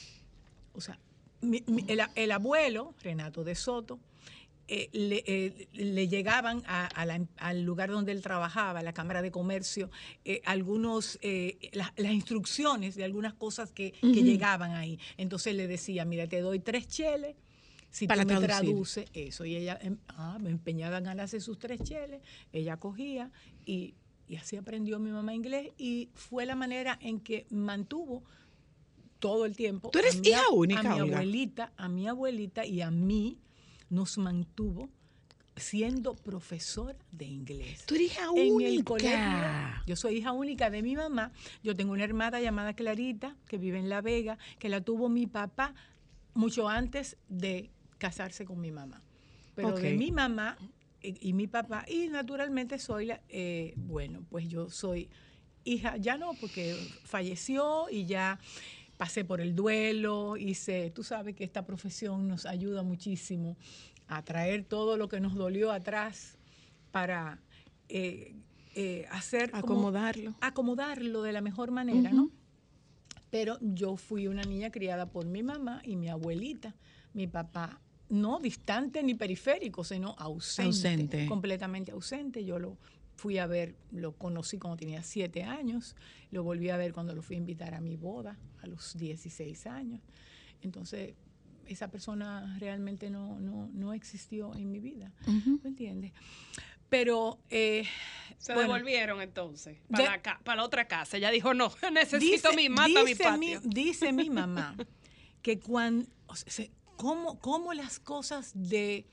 S5: O sea, mi, mi, el, el abuelo, Renato de Soto, eh, le, eh, le llegaban a, a la, al lugar donde él trabajaba, la Cámara de Comercio, eh, algunos eh, la, las instrucciones de algunas cosas que, uh-huh. que llegaban ahí. Entonces le decía, mira, te doy tres cheles si
S4: para
S5: tú me
S4: traducir.
S5: traduces eso. Y ella ah, me empeñaba en ganarse sus tres cheles, ella cogía y, y así aprendió mi mamá inglés y fue la manera en que mantuvo todo el tiempo.
S4: ¿Tú eres
S5: mi,
S4: hija única,
S5: A mi
S4: Olga?
S5: abuelita, a mi abuelita y a mí nos mantuvo siendo profesora de inglés.
S4: ¿Tú eres hija
S5: en
S4: única?
S5: El colegio, yo soy hija única de mi mamá. Yo tengo una hermana llamada Clarita, que vive en La Vega, que la tuvo mi papá mucho antes de casarse con mi mamá. Pero
S4: Okay.
S5: de mi mamá y, y mi papá, y naturalmente soy la, eh, bueno, pues yo soy hija, ya no, porque falleció y ya pasé por el duelo, hice, tú sabes que esta profesión nos ayuda muchísimo a traer todo lo que nos dolió atrás para eh, eh, hacer...
S4: Acomodarlo.
S5: Como, acomodarlo de la mejor manera,
S4: Uh-huh.
S5: ¿no? Pero yo fui una niña criada por mi mamá y mi abuelita. Mi papá, no distante ni periférico, sino ausente,
S4: Ausente.
S5: completamente ausente. Yo lo fui a ver, lo conocí cuando tenía siete años, lo volví a ver cuando lo fui a invitar a mi boda a los dieciséis años. Entonces, esa persona realmente no, no, no existió en mi vida,
S4: Uh-huh.
S5: ¿me entiendes? Pero... Eh,
S7: Se
S5: bueno,
S7: devolvieron entonces para,
S5: de-
S7: la, ca- para la otra casa. Ella dijo, no, necesito mi mata, mi
S5: dice
S7: patio.
S5: dice mi mamá que cuando... O sea, se- cómo, cómo las cosas de,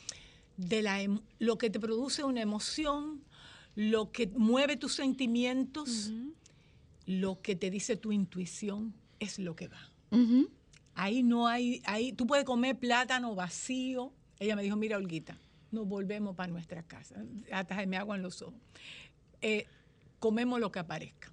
S5: de la, em- lo que te produce una emoción, lo que mueve tus sentimientos,
S4: Uh-huh.
S5: lo que te dice tu intuición, es lo que va.
S4: Uh-huh.
S5: Ahí no hay, ahí tú puedes comer plátano vacío. Ella me dijo, mira, Olguita, nos volvemos para nuestra casa. Hasta se me aguan los ojos. Eh, comemos lo que aparezca.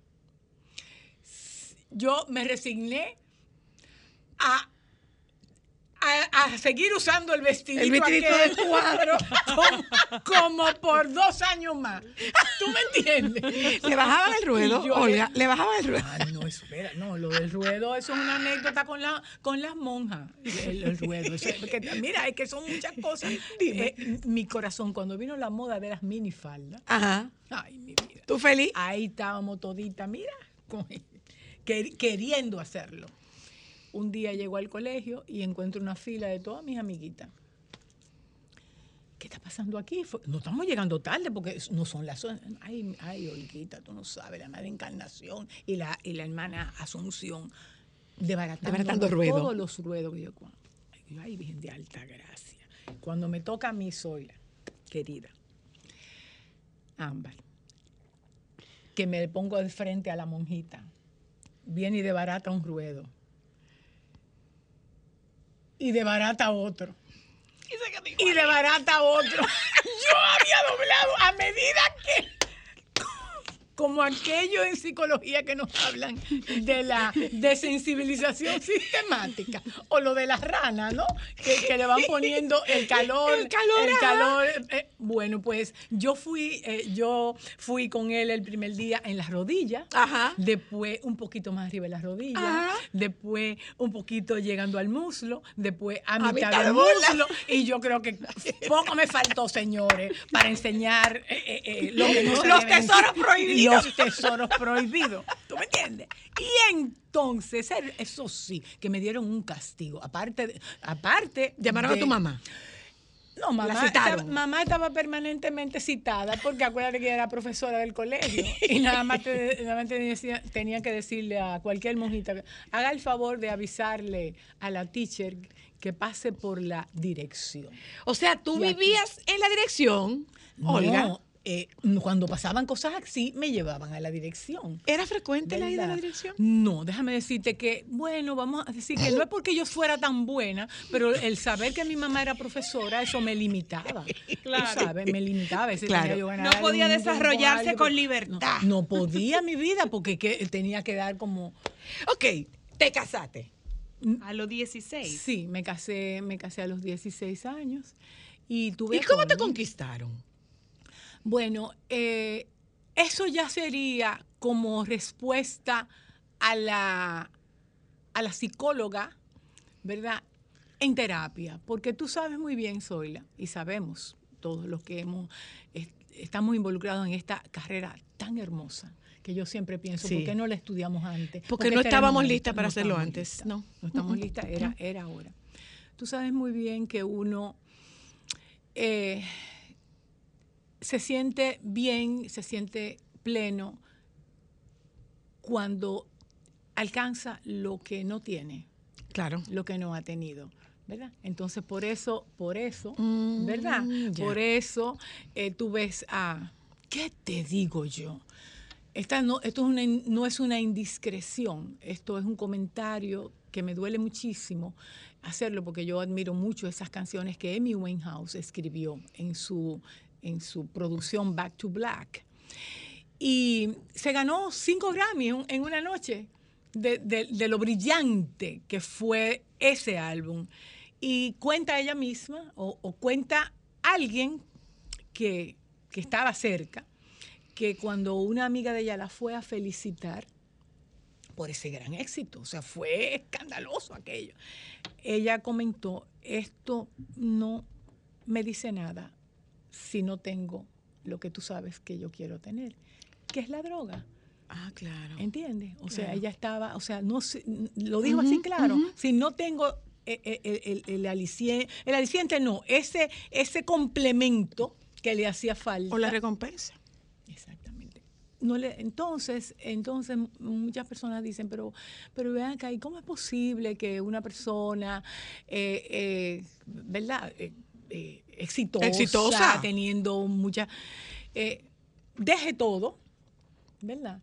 S5: Yo me resigné a, a, a seguir usando el vestidito,
S4: El vestidito
S5: aquel
S4: de cuadro.
S5: como, como por dos años más. ¿Tú me entiendes?
S4: ¿Le bajaban el ruedo,
S5: Y yo
S4: Olga? ¿Le bajaban el ruedo?
S5: Ah, no, espera, no, lo del ruedo, eso es una anécdota con, la, con las monjas, el, el ruedo. Eso, es que, mira, es que son muchas cosas.
S4: Dime.
S5: Eh, mi corazón, cuando vino la moda de las minifaldas,
S4: Ajá.
S5: ay, mi vida,
S4: ¿Tú feliz?
S5: ahí estábamos toditas, mira, con- quer- queriendo hacerlo. Un día llego al colegio y encuentro una fila de todas mis amiguitas. ¿Qué está pasando aquí? Fue- No estamos llegando tarde porque no son las... Ay, ay, Olguita, tú no sabes, la madre Encarnación y la, y la hermana Asunción desbaratando,
S4: Desbaratando ruedo.
S5: todos los ruedos que yo... Ay, ay, Virgen de alta gracia. Cuando me toca a mí, soy la querida Ámbar, que me pongo de frente a la monjita, viene y desbarata un ruedo. Y desbarata otro. Y desbarata otro. Yo había doblado a medida que... Como aquello en psicología que nos hablan de la desensibilización sistemática. O lo de las ranas, ¿no? Que, que le van poniendo el calor.
S4: El calor,
S5: El
S4: ajá.
S5: calor. eh, bueno, pues yo fui, eh, yo fui con él el primer día en las rodillas.
S4: Ajá.
S5: Después un poquito más arriba de las rodillas.
S4: Ajá.
S5: Después un poquito llegando al muslo. Después a,
S4: A
S5: mitad,
S4: mitad
S5: del
S4: de bola.
S5: muslo. Y yo creo que poco me faltó, señores, para enseñar eh, eh, eh, lo que no se
S4: Los
S5: debe ense-
S4: tesoros prohibidos.
S5: Los tesoros prohibidos. ¿Tú me entiendes? Y entonces, er- eso sí, que me dieron un castigo. Aparte, de- aparte
S4: ¿Llamaron
S5: de-
S4: a tu mamá?
S5: No, mamá,
S4: La citaron.
S5: estaba, mamá estaba permanentemente citada porque acuérdate que ella era profesora del colegio y nada más, te, nada más te decía- tenía que decirle a cualquier monjita que haga el favor de avisarle a la teacher que pase por la dirección.
S4: O sea, tú
S5: Y aquí-
S4: vivías en la dirección, Olga.
S5: No, eh, cuando pasaban cosas así me llevaban a la dirección.
S4: ¿Era frecuente la ida a la
S5: ¿Verdad?
S4: dirección?
S5: No, déjame decirte que, bueno, vamos a decir que no es porque yo fuera tan buena, pero el saber que mi mamá era profesora, eso me limitaba.
S7: Claro.
S5: Tú sabes, me limitaba. A veces
S4: Claro.
S5: tenía yo ganar
S7: No podía
S5: un- un
S7: desarrollarse
S5: algo,
S7: con
S5: pero-
S7: libertad.
S5: No, no podía mi vida porque que- tenía que dar como...
S4: Ok, te casaste.
S7: A los dieciséis.
S5: Sí, me casé, me casé a los dieciséis años Y, tuve
S4: ¿Y cómo te
S5: Tony.
S4: conquistaron?
S5: Bueno, eh, eso ya sería como respuesta a la, a la psicóloga, ¿verdad? En terapia, porque tú sabes muy bien, Zoila, y sabemos todos los que hemos est- estamos involucrados en esta carrera tan hermosa, que yo siempre pienso,
S4: Sí.
S5: ¿por qué no la estudiamos antes?
S4: Porque
S5: ¿Por qué
S4: no estábamos
S5: tenemos
S4: listas
S5: esto?
S4: para
S5: No
S4: hacerlo
S5: estábamos
S4: antes,
S5: listas.
S4: no.
S5: No estamos
S4: Mm, mm,
S5: listas, era, era ahora. Tú sabes muy bien que uno eh, se siente bien, se siente pleno cuando alcanza lo que no tiene,
S4: Claro.
S5: lo que no ha tenido, ¿verdad? Entonces, por eso, por eso,
S4: Mm,
S5: ¿verdad?
S4: ya.
S5: Por eso eh, tú ves a, ¿qué te digo yo? Esta no, esto es una in- no es una indiscreción, esto es un comentario que me duele muchísimo hacerlo porque yo admiro mucho esas canciones que Amy Winehouse escribió en su, en su producción Back to Black. Y se ganó cinco Grammy en, en una noche de, de- de lo brillante que fue ese álbum. Y cuenta ella misma, o, o cuenta alguien que, que estaba cerca, que cuando una amiga de ella la fue a felicitar por ese gran éxito, o sea, fue escandaloso aquello, ella comentó, esto no me dice nada si no tengo lo que tú sabes que yo quiero tener, que es la droga.
S4: Ah, claro.
S5: ¿Entiendes? O sea,
S4: Claro.
S5: ella estaba, o sea, no sé, lo dijo así claro,
S4: ujú.
S5: si no tengo el, el, el, el aliciente, el aliciente no, ese, ese complemento que le hacía falta.
S4: O la recompensa.
S5: Exactamente. No le, entonces, entonces m- muchas personas dicen, pero, pero vean acá, ¿y cómo es posible que una persona, eh, eh, ¿verdad? Eh, eh, exitosa,
S4: Exitosa.
S5: teniendo mucha, eh, deje todo, ¿verdad?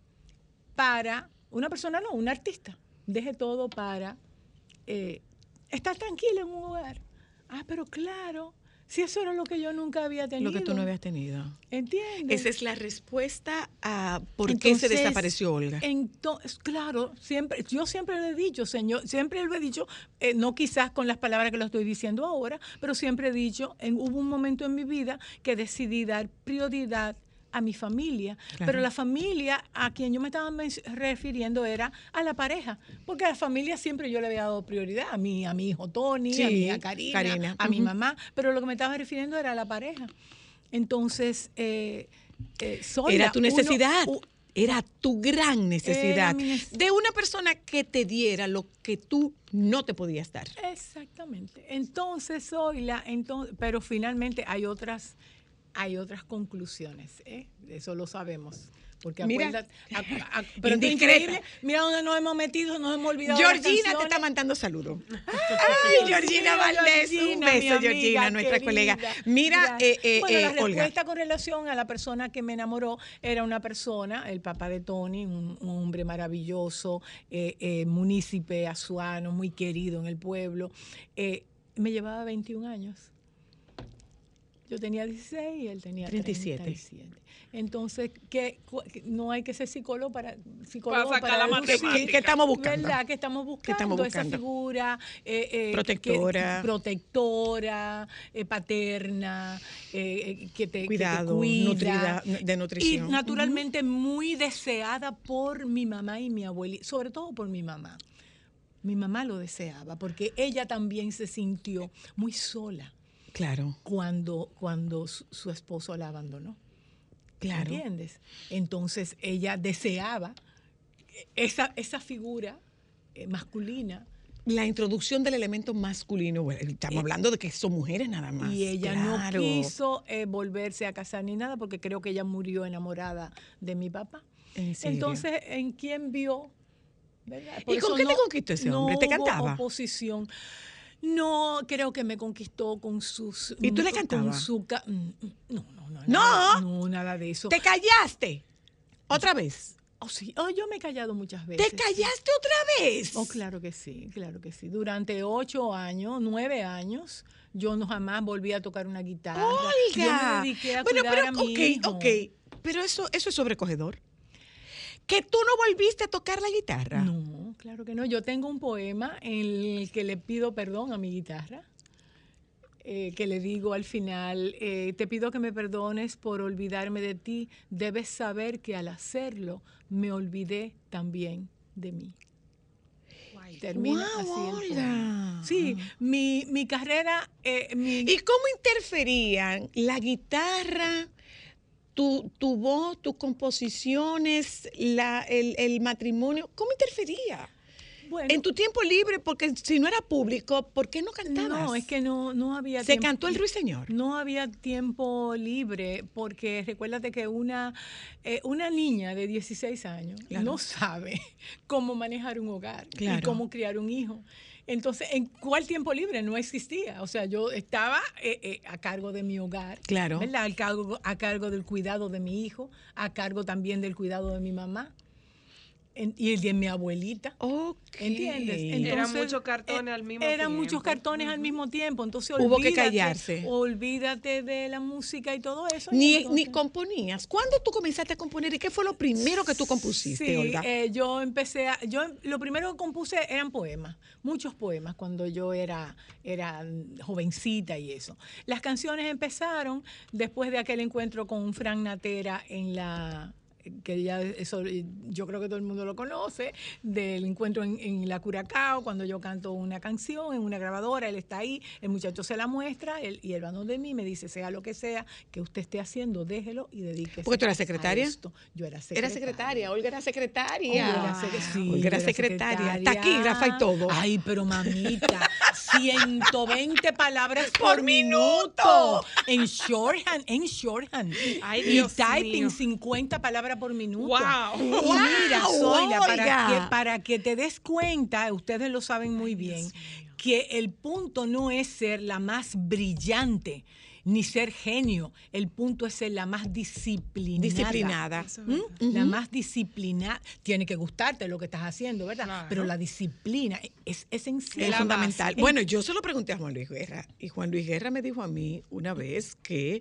S5: Para, una persona no, un artista, deje todo para eh, estar tranquila en un lugar. Ah, pero claro, si eso era lo que yo nunca había tenido.
S4: Lo que tú no habías tenido.
S5: ¿Entiendes?
S4: Esa es la respuesta a por qué se
S5: Entonces,
S4: desapareció Olga.
S5: Entonces, claro, siempre, yo siempre lo he dicho, señor, siempre lo he dicho, eh, no quizás con las palabras que lo estoy diciendo ahora, pero siempre he dicho, en, hubo un momento en mi vida que decidí dar prioridad a mi familia,
S4: Claro.
S5: pero la familia a quien yo me estaba men- refiriendo era a la pareja, porque a la familia siempre yo le había dado prioridad, a mi, a mi hijo Tony, a
S4: Sí,
S5: mi hija Karina,
S4: Karina,
S5: a mi
S4: ujú.
S5: mamá, pero lo que me estaba refiriendo era a la pareja. Entonces, eh, eh, Zoila,
S4: Era tu
S5: uno-
S4: necesidad.
S5: u-
S4: Era tu gran necesidad
S5: mi nece-
S4: de una persona que te diera lo que tú no te podías dar.
S5: Exactamente. Entonces, Zoila, entonces, pero finalmente hay otras, hay otras conclusiones, ¿eh? Eso lo sabemos. Porque
S4: Mira,
S5: acuérdate, a- a- pero esto es
S4: indiscreta.
S5: increíble. Mira dónde nos hemos metido, nos hemos olvidado. de las
S4: Georgina te
S5: canciones.
S4: está mandando saludos.
S5: Ay,
S4: Ay, Georgina Valdés, un
S5: Georgina,
S4: beso,
S5: mi amiga
S4: Georgina, nuestra
S5: querida.
S4: colega. Mira,
S5: Gracias.
S4: eh, eh,
S5: bueno, la
S4: eh, Olga.
S5: respuesta con relación a la persona que me enamoró era una persona, el papá de Tony, un, un hombre maravilloso, eh, eh, munícipe azuano, muy querido en el pueblo. Eh, me llevaba veintiún años. Yo tenía dieciséis y él tenía
S4: treinta y siete.
S5: treinta y siete. Entonces, ¿qué, cu- no hay que ser psicólogo para, psicólogo
S7: Para sacar la
S5: deducir,
S7: matemática.
S4: ¿Qué- qué estamos buscando?
S5: ¿Verdad? Que estamos buscando,
S4: ¿Qué estamos buscando?
S5: esa figura eh, eh,
S4: Protectora.
S5: que- protectora, eh, paterna, eh, eh, que te, que te
S4: Cuidado,
S5: cuida.
S4: nutrida, de nutrición.
S5: Y naturalmente muy deseada por mi mamá y mi abuelita, sobre todo por mi mamá. Mi mamá lo deseaba porque ella también se sintió muy sola
S4: Claro,
S5: cuando, cuando su, su esposo la abandonó.
S4: claro.
S5: ¿Entiendes? Entonces ella deseaba esa, esa figura eh, masculina
S4: La introducción del elemento masculino, bueno, estamos
S5: Eh,
S4: hablando de que son mujeres nada más.
S5: y ella
S4: Claro.
S5: no quiso eh, volverse a casar ni nada porque creo que ella murió enamorada de mi papá.
S4: ¿En serio?
S5: Entonces, ¿en quién vio? ¿Verdad?
S4: ¿Y con
S5: eso
S4: qué te conquistó ese
S5: no
S4: hombre? ¿Te
S5: hubo
S4: cantaba?
S5: oposición. No, creo que me conquistó con sus...
S4: ¿Y tú le
S5: con
S4: cantabas?
S5: su ca- mm, mm, no, no, no.
S4: ¡No!
S5: Nada, no, nada de eso.
S4: ¿Te callaste? ¿Otra vez?
S5: Oh, sí. Oh, yo me he callado muchas veces.
S4: ¿Te callaste otra vez?
S5: Oh, claro que sí, claro que sí. Durante ocho años, nueve años, yo no jamás volví a tocar una guitarra. Yo
S4: Olga.
S5: me dediqué a
S4: bueno,
S5: cuidar
S4: pero,
S5: a mi
S4: ok,
S5: hijo.
S4: ok. Pero eso, eso es sobrecogedor. ¿Que tú no volviste a tocar la guitarra?
S5: No, claro que no. Yo tengo un poema en el que le pido perdón a mi guitarra. eh, que le digo al final, eh, te pido que me perdones por olvidarme de ti. Debes saber que al hacerlo me olvidé también de mí. Termina
S4: Wow,
S5: así el
S4: Olga.
S5: poema. Sí, mi, mi carrera... eh, mi-
S4: ¿Y cómo interferían la guitarra, tu, tu voz, tus composiciones, la, el, el matrimonio? ¿Cómo interfería?
S5: bueno,
S4: En tu tiempo libre, porque si no era público, ¿por qué no cantabas?
S5: no, es que no, no había
S4: Se
S5: tiempo.
S4: cantó el Ruiseñor.
S5: No había tiempo libre, porque recuérdate que una, eh, una niña de dieciséis años
S4: Claro.
S5: no sabe cómo manejar un hogar
S4: Claro.
S5: y cómo criar un hijo. Entonces, ¿en cuál tiempo libre? No existía. O sea, yo estaba eh, eh, a cargo de mi hogar,
S4: Claro.
S5: ¿verdad? Al cargo, a cargo del cuidado de mi hijo, a cargo también del cuidado de mi mamá en- y el de mi abuelita.
S4: Ok.
S5: ¿Entiendes?
S7: Eran muchos cartones
S5: eh,
S7: al mismo
S5: Eran
S7: tiempo.
S5: muchos cartones al mismo tiempo. Entonces,
S4: Hubo que
S5: olvídate-
S4: callarse.
S5: Olvídate de la música y todo eso. y
S4: Ni,
S5: entonces-
S4: ni componías. ¿Cuándo tú comenzaste a componer y qué fue lo primero que tú compusiste,
S5: Sí,
S4: Olga?
S5: eh, yo empecé a, yo lo primero que compuse eran poemas, muchos poemas cuando yo era, era jovencita y eso. Las canciones empezaron después de aquel encuentro con Fran Natera en la que ya eso yo creo que todo el mundo lo conoce, del encuentro en, en la Curacao, cuando yo canto una canción en una grabadora, él está ahí, el muchacho se la muestra, él, y él va donde mí me dice, sea lo que sea que usted esté haciendo, déjelo y dedíquese.
S4: ¿Porque tú eras
S5: a
S4: secretaria?
S5: esto. Yo era secretaria.
S4: Era secretaria, Olga era secretaria.
S5: Olga era sec- sí,
S4: Olga era secretaria, taquígrafa y todo.
S5: Ay, pero mamita, ciento veinte palabras
S4: Por
S5: por,
S4: minuto.
S5: minuto. En shorthand, en shorthand.
S7: Ay,
S5: y
S7: Dios
S5: typing
S7: mío.
S5: cincuenta palabras por minuto.
S7: Wow.
S5: Y
S4: Wow,
S5: mira, Zoila, para
S4: Olga.
S5: que, para que te des cuenta, ustedes lo saben muy bien, que el punto no es ser la más brillante, ni ser genio. El punto es ser la más disciplinada.
S4: Disciplinada.
S5: ¿Mm? La más disciplinada. Tiene que gustarte lo que estás haciendo, ¿verdad?
S7: Claro.
S5: Pero la disciplina es esencial.
S4: Es fundamental.
S5: En-
S4: Bueno, yo se lo pregunté a Juan Luis Guerra y Juan Luis Guerra me dijo a mí una vez que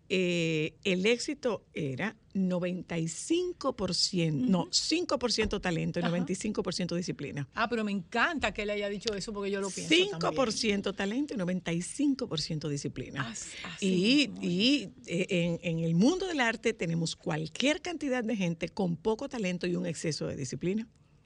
S4: eh, el éxito era noventa y cinco por ciento, no, cinco por ciento talento y
S5: Ajá.
S4: noventa y cinco por ciento disciplina.
S5: Ah, pero me encanta que él haya dicho eso porque yo lo pienso
S4: cinco por
S5: también.
S4: ciento talento y noventa y cinco por ciento disciplina.
S5: As- así
S4: Y,
S5: mismo
S4: y eh, en, en el mundo del arte tenemos cualquier cantidad de gente con poco talento y un exceso de disciplina.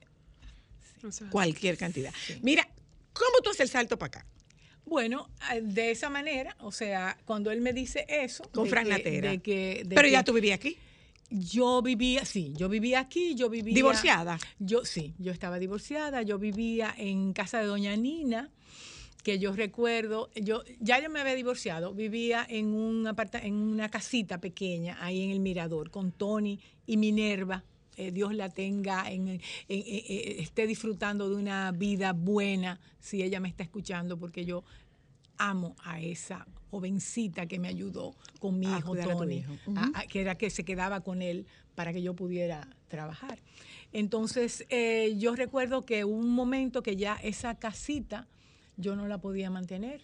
S4: Cualquier cantidad. Mira, ¿cómo tú haces el salto para acá?
S5: Bueno, eh, de esa manera, o sea, cuando él me dice eso.
S4: Con
S5: de
S4: Fran
S5: que-
S4: Natera.
S5: de que- de
S4: Pero ya
S5: que
S4: tú vivías aquí.
S5: Yo vivía, sí, yo vivía aquí, yo vivía.
S4: ¿Divorciada?
S5: Yo sí, yo estaba divorciada, yo vivía en casa de doña Nina, que yo recuerdo, yo ya yo me había divorciado, vivía en un aparta, en una casita pequeña ahí en el Mirador con Tony y Minerva. Eh, Dios la tenga, en, en- en- en- esté disfrutando de una vida buena, si ella me está escuchando, porque yo amo a esa jovencita que me ayudó con mi
S4: A
S5: hijo
S4: cuidar a tu
S5: Tony,
S4: hijo.
S5: a- a- que era que se quedaba con él para que yo pudiera trabajar. Entonces, eh, yo recuerdo que hubo un momento que ya esa casita yo no la podía mantener.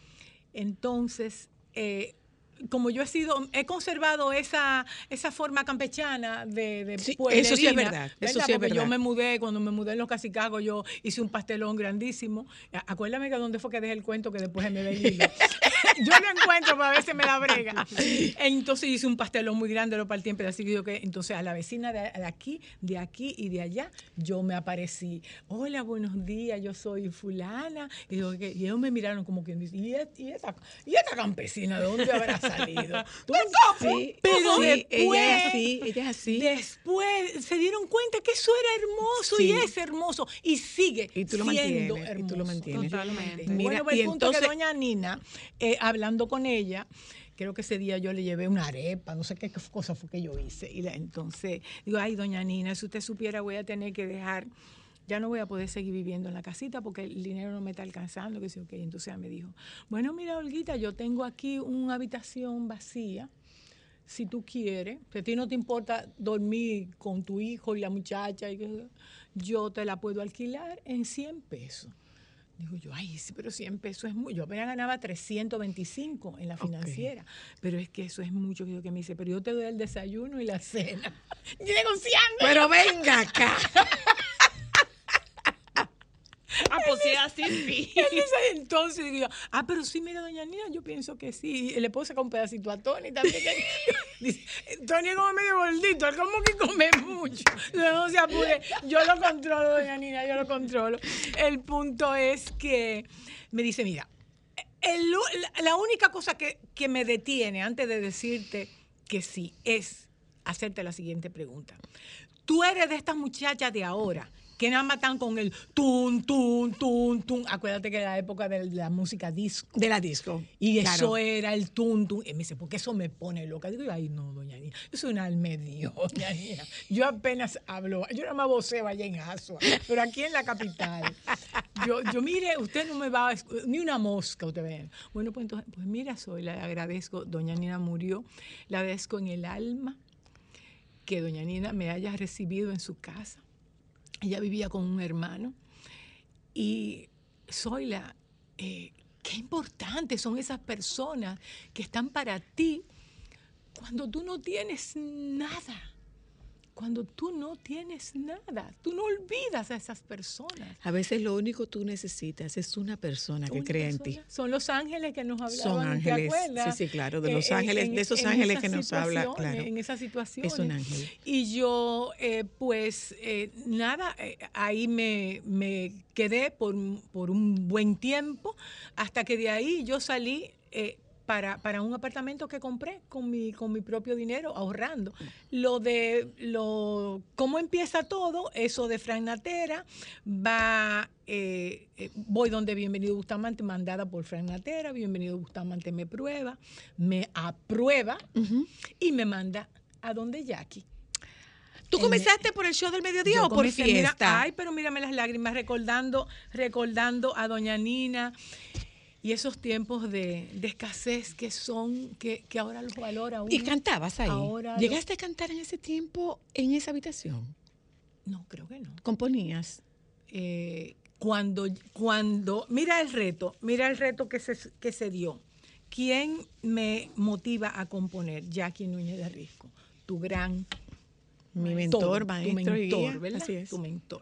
S5: Entonces, eh, como yo he sido, he conservado esa, esa forma campechana de, de
S4: Sí,
S5: pueblerina,
S4: eso sí es verdad, eso sí es
S5: Porque yo
S4: verdad.
S5: me mudé, cuando me mudé en Los Casicagos, yo hice un pastelón grandísimo. A- Acuérdame que dónde fue que dejé el cuento que después me ve el hilo. Yo lo encuentro, pero a veces me da brega. Entonces hice un pastelón muy grande, lo partí en pedacitos. Y yo que entonces a la vecina de, de aquí, de aquí y de allá, yo me aparecí. Hola, buenos días, yo soy fulana. Y, digo, que- y ellos me miraron como quien dice, ¿y, es- y esa, y esta campesina de dónde habrá salido? ¿Tú me-
S4: Sí,
S5: Pero
S4: sí,
S5: después,
S4: ella es así, ella es así.
S5: Después se dieron cuenta que eso era hermoso
S4: Sí.
S5: y es hermoso y sigue
S4: Y tú lo
S5: siendo
S4: mantienes, y
S5: hermoso.
S4: tú lo mantienes.
S7: Totalmente.
S5: Bueno,
S4: Mira,
S5: pues
S4: y
S5: el punto
S4: entonces-
S5: que doña Nina, eh, hablando con ella, creo que ese día yo le llevé una arepa, no sé qué cosa fue que yo hice. Y la- entonces digo, ay, doña Nina, si usted supiera, voy a tener que dejar, ya no voy a poder seguir viviendo en la casita porque el dinero no me está alcanzando. Que sí, ok. Entonces ella me dijo, bueno, mira, Olguita, yo tengo aquí una habitación vacía. Si tú quieres, si a ti no te importa dormir con tu hijo y la muchacha, y que- yo te la puedo alquilar en cien pesos. Digo yo, ay, sí, pero cien pesos es mucho. Yo apenas ganaba trescientos veinticinco en la financiera, pero es que eso es mucho. Digo, que me dice, pero yo te doy el desayuno y la cena. Y negociando.
S4: Pero venga acá.
S7: Ah, pues sí, así sí.
S5: Entonces digo, ah, pero sí, mira, doña Nina, yo pienso que sí. Y le puedo sacar un pedacito a Tony también. Que, dice, Tony es como medio gordito, él como que come mucho. No se apure, yo lo controlo, doña Nina, yo lo controlo. El punto es que me dice, mira, el, la, la única cosa que, que me detiene antes de decirte que sí es hacerte la siguiente pregunta. Tú eres de estas muchachas de ahora que nada más están con el tun, tun, tun, tun. Acuérdate que era la época de la música disco.
S4: De la disco.
S5: Y
S4: claro.
S5: Eso era el tun, tun. Y me dice, porque eso me pone loca. Digo, ay, no, doña Nina, yo soy una almedio, doña Nina. Yo apenas hablo, yo nada más voceo allá en Asua, pero aquí en la capital. Yo, yo mire, usted no me va a, ni una mosca, usted ve. Bueno, pues entonces, pues mira, soy, le agradezco, doña Nina murió, le agradezco en el alma que doña Nina me haya recibido en su casa. Ella vivía con un hermano y Zoila, eh, qué importantes son esas personas que están para ti cuando tú no tienes nada. Cuando tú no tienes nada, tú no olvidas a esas personas.
S4: A veces lo único que tú necesitas es una persona que
S5: Una
S4: crea
S5: persona.
S4: en ti.
S5: Son los ángeles que nos hablaban,
S4: Son ángeles,
S5: ¿te acuerdas?
S4: sí, sí, claro, de los
S5: Eh,
S4: ángeles,
S5: en-
S4: de esos
S5: en
S4: ángeles
S5: esas
S4: que nos habla,
S5: situaciones,
S4: claro.
S5: En esas situaciones.
S4: Es un ángel.
S5: Y yo, eh, pues, eh, nada, eh, ahí me, me quedé por, por un buen tiempo, hasta que de ahí yo salí eh, para, para un apartamento que compré con mi, con mi propio dinero, ahorrando. Lo de, lo, cómo empieza todo, eso de Frank Natera, va, eh, eh, voy donde Bienvenido Bustamante, mandada por Frank Natera, Bienvenido Bustamante me prueba, me aprueba
S4: Ujú.
S5: y me manda a donde Jackie.
S4: ¿Tú
S5: En-
S4: comenzaste por el show del mediodía
S5: Yo
S4: o por
S5: comencé, mira,
S4: fiesta?
S5: ay, pero mírame las lágrimas, recordando, recordando a doña Nina y esos tiempos de, de escasez que son, que, que ahora los valora uno.
S4: ¿Y cantabas ahí?
S5: Ahora lo-
S4: ¿Llegaste a cantar en ese tiempo en esa habitación?
S5: No, creo que no.
S4: ¿Componías?
S5: Eh, cuando, cuando, mira el reto, mira el reto que se, que se dio. ¿Quién me motiva a componer? Jackie Núñez de Risco, tu gran
S4: Mi mentor,
S5: tu
S4: maestro y
S5: mentor,
S4: guía.
S5: ¿verdad?
S4: Así es.
S5: Tu mentor.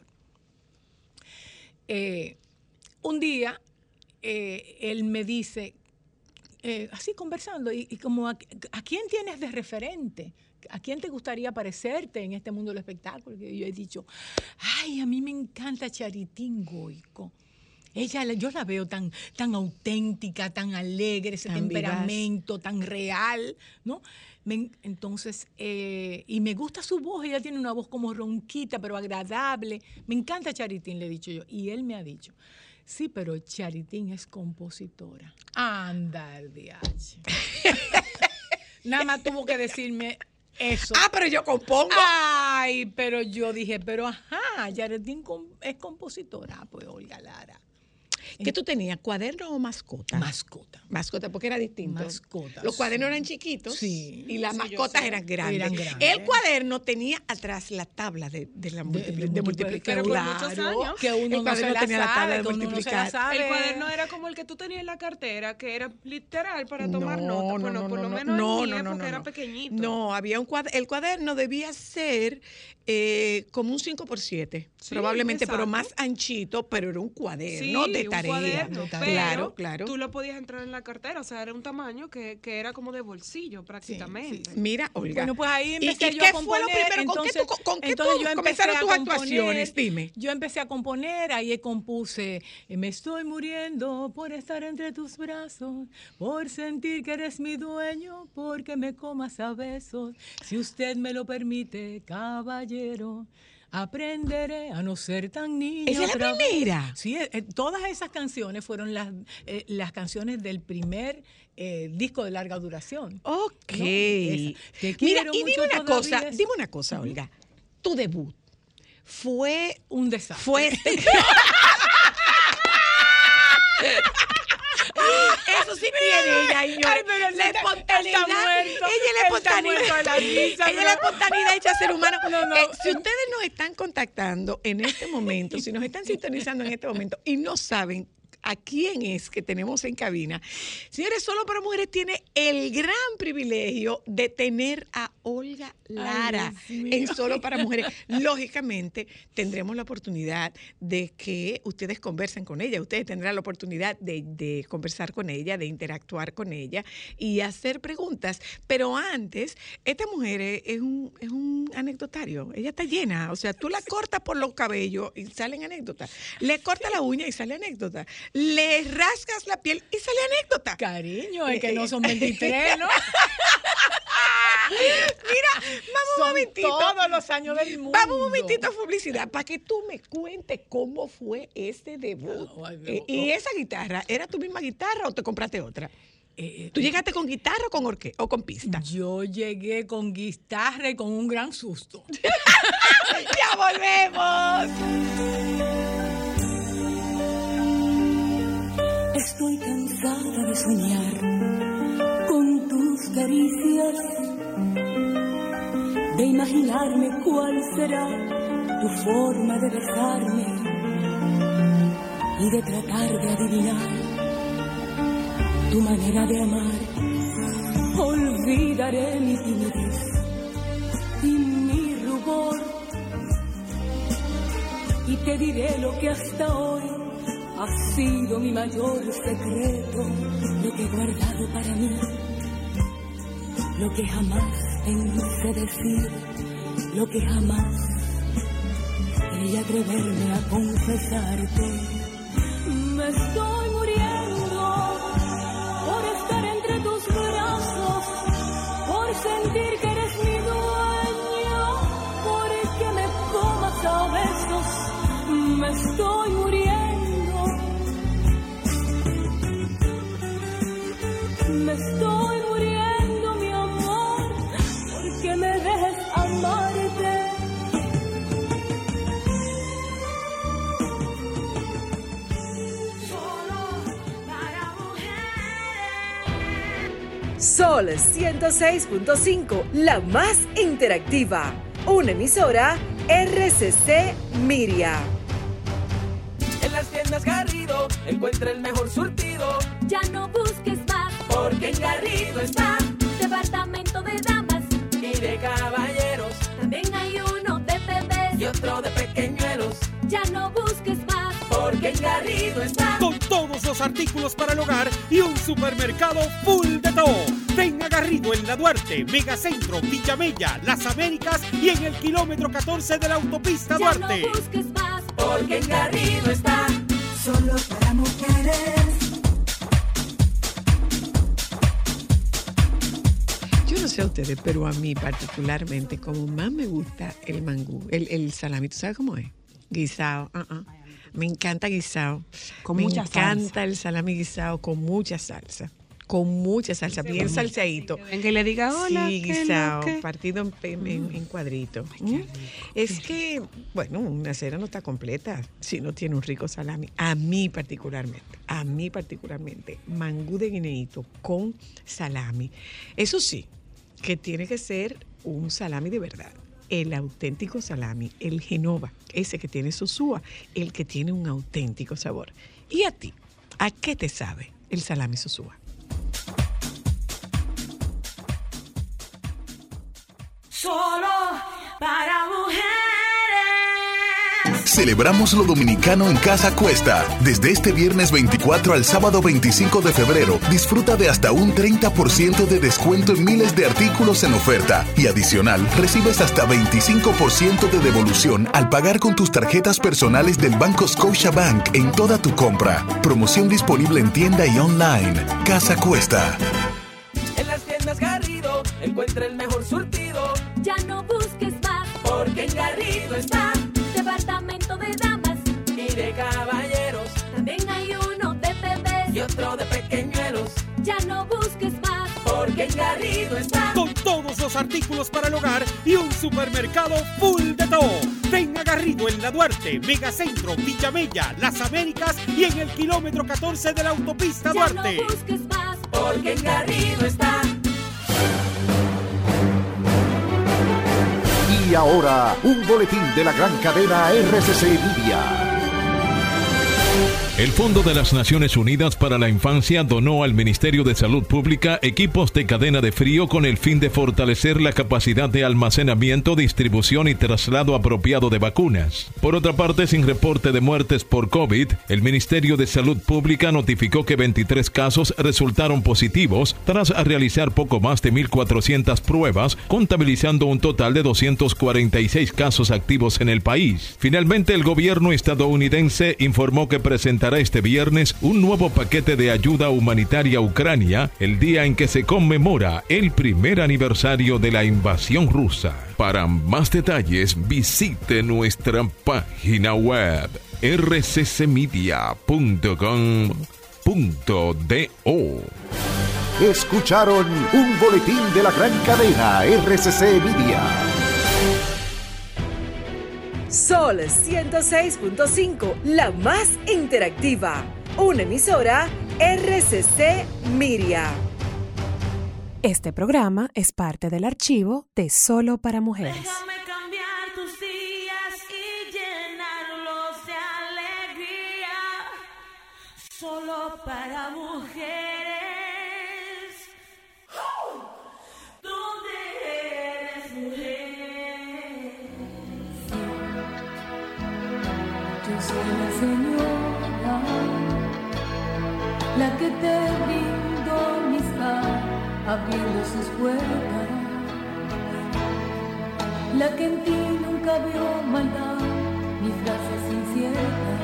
S5: Eh, un día, eh, él me dice, eh, así conversando, y, y como, a, ¿a quién tienes de referente? ¿A quién te gustaría parecerte en este mundo del espectáculo? Y yo he dicho, ay, a mí me encanta Charitín Goico. Ella, la- yo la veo tan, tan auténtica, tan alegre, ese
S4: Tan vivaz.
S5: temperamento, tan real, ¿no? Me en- entonces, eh, y me gusta su voz, ella tiene una voz como ronquita, pero agradable. Me encanta Charitín, le he dicho yo. Y él me ha dicho, sí, pero Charitín es compositora. Anda, el D H. Nada más tuvo que decirme eso.
S4: Ah, pero yo compongo.
S5: Ay, pero yo dije, pero ajá, Charitín com- es compositora. Ah, pues Olga Lara.
S4: ¿Qué tú tenías? ¿Cuaderno o mascota?
S5: Mascota.
S4: Mascota, porque era distinto.
S5: Mascotas,
S4: Los cuadernos
S5: sí.
S4: eran chiquitos
S5: Sí.
S4: y las
S7: Sí, yo
S4: mascotas
S7: sé.
S4: eran grandes.
S5: Eran grandes.
S4: El cuaderno tenía atrás la tabla de, de la multipli- de,
S5: de
S4: multiplicar.
S7: pero por muchos
S5: Claro,
S7: años.
S5: que uno
S4: El
S5: no se
S4: cuaderno
S5: la
S4: tenía la tabla
S5: sabe,
S4: de
S5: que uno no se la
S4: multiplicar.
S5: sabe.
S7: El cuaderno era como el que tú tenías en la cartera, que era literal para tomar
S4: No,
S7: notas.
S4: no,
S7: Bueno,
S4: no,
S7: por
S4: no,
S7: lo
S4: no,
S7: menos
S4: no,
S7: en mi
S4: no, no,
S7: época
S4: no,
S7: era
S4: no.
S7: pequeñito.
S4: No, había un cuaderno, el cuaderno debía ser eh, como un cinco por siete,
S7: Sí,
S4: probablemente, pero
S7: exacto.
S4: más anchito, pero era un
S7: Sí,
S4: cuaderno de
S7: un
S4: tarea.
S7: cuaderno,
S5: De tarea.
S7: pero
S4: Claro, claro.
S7: tú lo podías entrar en la cartera, o sea, era un tamaño que, que era como de bolsillo prácticamente.
S5: sí.
S4: Mira, Olga.
S5: Bueno, pues ahí
S4: ¿Y-
S5: empecé
S4: y
S5: yo
S4: qué
S5: a
S4: fue lo
S5: componer.
S4: primero? ¿Con qué tú-
S5: entonces,
S4: con qué
S5: entonces
S4: tú
S5: yo empecé
S4: comenzaron
S5: a
S4: tus
S5: componer,
S4: actuaciones? Dime.
S5: Yo empecé a componer, ahí compuse, eh, me estoy muriendo por estar entre tus brazos, por sentir que eres mi dueño, porque me comas a besos. Si usted me lo permite, caballero, aprenderé a no ser tan niño.
S4: ¿Esa es la
S5: otra vez.
S4: primera?
S5: Sí, eh, eh, todas esas canciones fueron las, eh, las canciones del primer eh, disco de larga duración.
S4: Ok.
S5: No, esa. Te
S4: Mira,
S5: quiero
S4: y dime
S5: mucho
S4: una
S5: todavía,
S4: cosa,
S5: es-
S4: dime una cosa, Olga. Tu debut fue
S5: Un desastre.
S4: fue Eso sí tiene ella, señores.
S5: Ay, pero
S4: la
S5: él está-
S4: espontaneidad.
S5: él está muerto.
S4: Ella es la
S5: Él está
S4: espontaneidad.
S5: muerto de la risa,
S4: Ella es la
S5: pero-
S4: espontaneidad hecha ser humano.
S5: No, no.
S4: Eh, si ustedes nos están contactando en este momento, si nos están sintonizando en este momento y no saben a quién es que tenemos en cabina. Señores, Solo para Mujeres tiene el gran privilegio de tener a Olga Lara
S5: Ay,
S4: en Solo para Mujeres. Lógicamente, tendremos la oportunidad de que ustedes conversen con ella. Ustedes tendrán la oportunidad de, de conversar con ella, de interactuar con ella y hacer preguntas. Pero antes, esta mujer es, es, un, es un anecdotario. Ella está llena. O sea, tú la cortas por los cabellos y salen anécdotas. Le cortas la uña y sale anécdota. Le rascas la piel y sale anécdota.
S5: Cariño, es que no son veintitrés, ¿no?
S4: Mira, vamos
S5: Son
S4: un momentito.
S5: todos los años del mundo.
S4: Vamos un momentito a publicidad para que tú me cuentes cómo fue ese debut.
S5: Oh, ay,
S4: Eh,
S5: oh,
S4: y
S5: oh.
S4: esa guitarra, ¿era tu misma guitarra o te compraste otra?
S5: Eh,
S4: ¿Tú llegaste con guitarra o con orque o con pista?
S5: Yo llegué con guitarra y con un gran susto.
S4: ¡Ya volvemos!
S6: Estoy cansada de soñar con tus caricias, de imaginarme cuál será tu forma de besarme y de tratar de adivinar tu manera de amar. Olvidaré mi timidez y mi rubor y te diré lo que hasta hoy ha sido mi mayor secreto, lo que he guardado para mí, lo que jamás pensé decir, lo que jamás quería atreverme a confesarte. Me estoy muriendo por estar entre tus brazos, por sentir que eres mi dueño, por que me comas a besos. Me estoy muriendo. Me estoy muriendo, mi amor, porque me dejes amarte.
S3: Solo para mujeres.
S1: Sol ciento seis punto cinco, la más interactiva. Una emisora R C C Miria.
S8: En las tiendas Garrido encuentra el mejor surtido,
S3: Ya no busques más,
S8: porque en Garrido está.
S3: departamento de damas.
S8: Y de caballeros,
S3: También hay uno de bebés.
S8: y otro de pequeñuelos,
S3: Ya no busques más,
S8: porque en Garrido está.
S9: Con todos los artículos para el hogar y un supermercado full de todo. Ven a Garrido en La Duarte, Megacentro, Villamella, Las Américas y en el kilómetro catorce de la autopista
S3: ya
S9: Duarte.
S3: no busques más.
S8: Porque en Garrido está.
S3: Solo para mujeres.
S4: Yo no sé a ustedes, pero a mí particularmente, como más me gusta el mangú, el, el salami, ¿tú sabes cómo es? Guisado. Uh-uh. Me encanta guisado.
S7: Con
S4: me
S7: mucha
S4: encanta
S7: salsa.
S4: el salami guisado con mucha salsa. Con mucha salsa, bien salseadito.
S7: En que le diga hola.
S4: Sí,
S7: ¿qué es lo
S4: guisado,
S7: que?
S4: partido en, en, en- en cuadrito. ¿Mm? Es que, bueno, una cena no está completa si no tiene un rico salami. A mí particularmente, a mí particularmente, mangú de guineíto con salami. Eso sí, que tiene que ser un salami de verdad. El auténtico salami, el Genova, ese que tiene sosúa, el que tiene un auténtico sabor. ¿Y a ti? ¿A qué te sabe el salami sosúa?
S3: Solo para mujeres.
S10: Celebramos lo dominicano en Casa Cuesta. Desde este viernes veinticuatro al sábado veinticinco de febrero, disfruta de hasta un treinta por ciento de descuento en miles de artículos en oferta. Y adicional, recibes hasta veinticinco por ciento de devolución al pagar con tus tarjetas personales del Banco Scotiabank en toda tu compra. Promoción disponible en tienda y online. Casa Cuesta.
S8: En las tiendas Garrido encuentra el mejor surtido,
S3: Ya no busques más,
S8: porque en Garrido está.
S3: departamento de damas.
S8: Y de caballeros,
S3: También hay uno de bebés.
S8: y otro de pequeñuelos,
S3: Ya no busques más,
S8: porque en Garrido está.
S9: Con todos los artículos para el hogar y un supermercado full de todo. Ven a Garrido en La Duarte, Megacentro, Villamella, Las Américas y en el kilómetro catorce de la autopista
S3: ya
S9: Duarte.
S3: no busques más.
S8: Porque en Garrido está.
S11: Y ahora, un boletín de la gran cadena R C C Media. El Fondo de las Naciones Unidas para la Infancia donó al Ministerio de Salud Pública equipos de cadena de frío con el fin de fortalecer la capacidad de almacenamiento, distribución y traslado apropiado de vacunas. Por otra parte, sin reporte de muertes por COVID, el Ministerio de Salud Pública notificó que veintitrés casos resultaron positivos tras realizar poco más de mil cuatrocientas pruebas, contabilizando un total de doscientos cuarenta y seis casos activos en el país. Finalmente, el gobierno estadounidense informó que presentará este viernes un nuevo paquete de ayuda humanitaria a Ucrania, el día en que se conmemora el primer aniversario de la invasión rusa. Para más detalles, visite nuestra página web r c c media punto com punto do.
S12: Escucharon un boletín de la gran cadena R C C Media.
S1: Sol ciento seis punto cinco, la más interactiva. Una emisora R C C Media.
S2: Este programa es parte del archivo de Solo para Mujeres.
S3: Déjame cambiar tus días y llenarlos de alegría. Solo para mujeres. ¿Dónde eres mujer?
S6: Yo soy la señora, la que te brindó amistad, abriendo sus puertas, la que en ti nunca vio maldad, ni frases inciertas.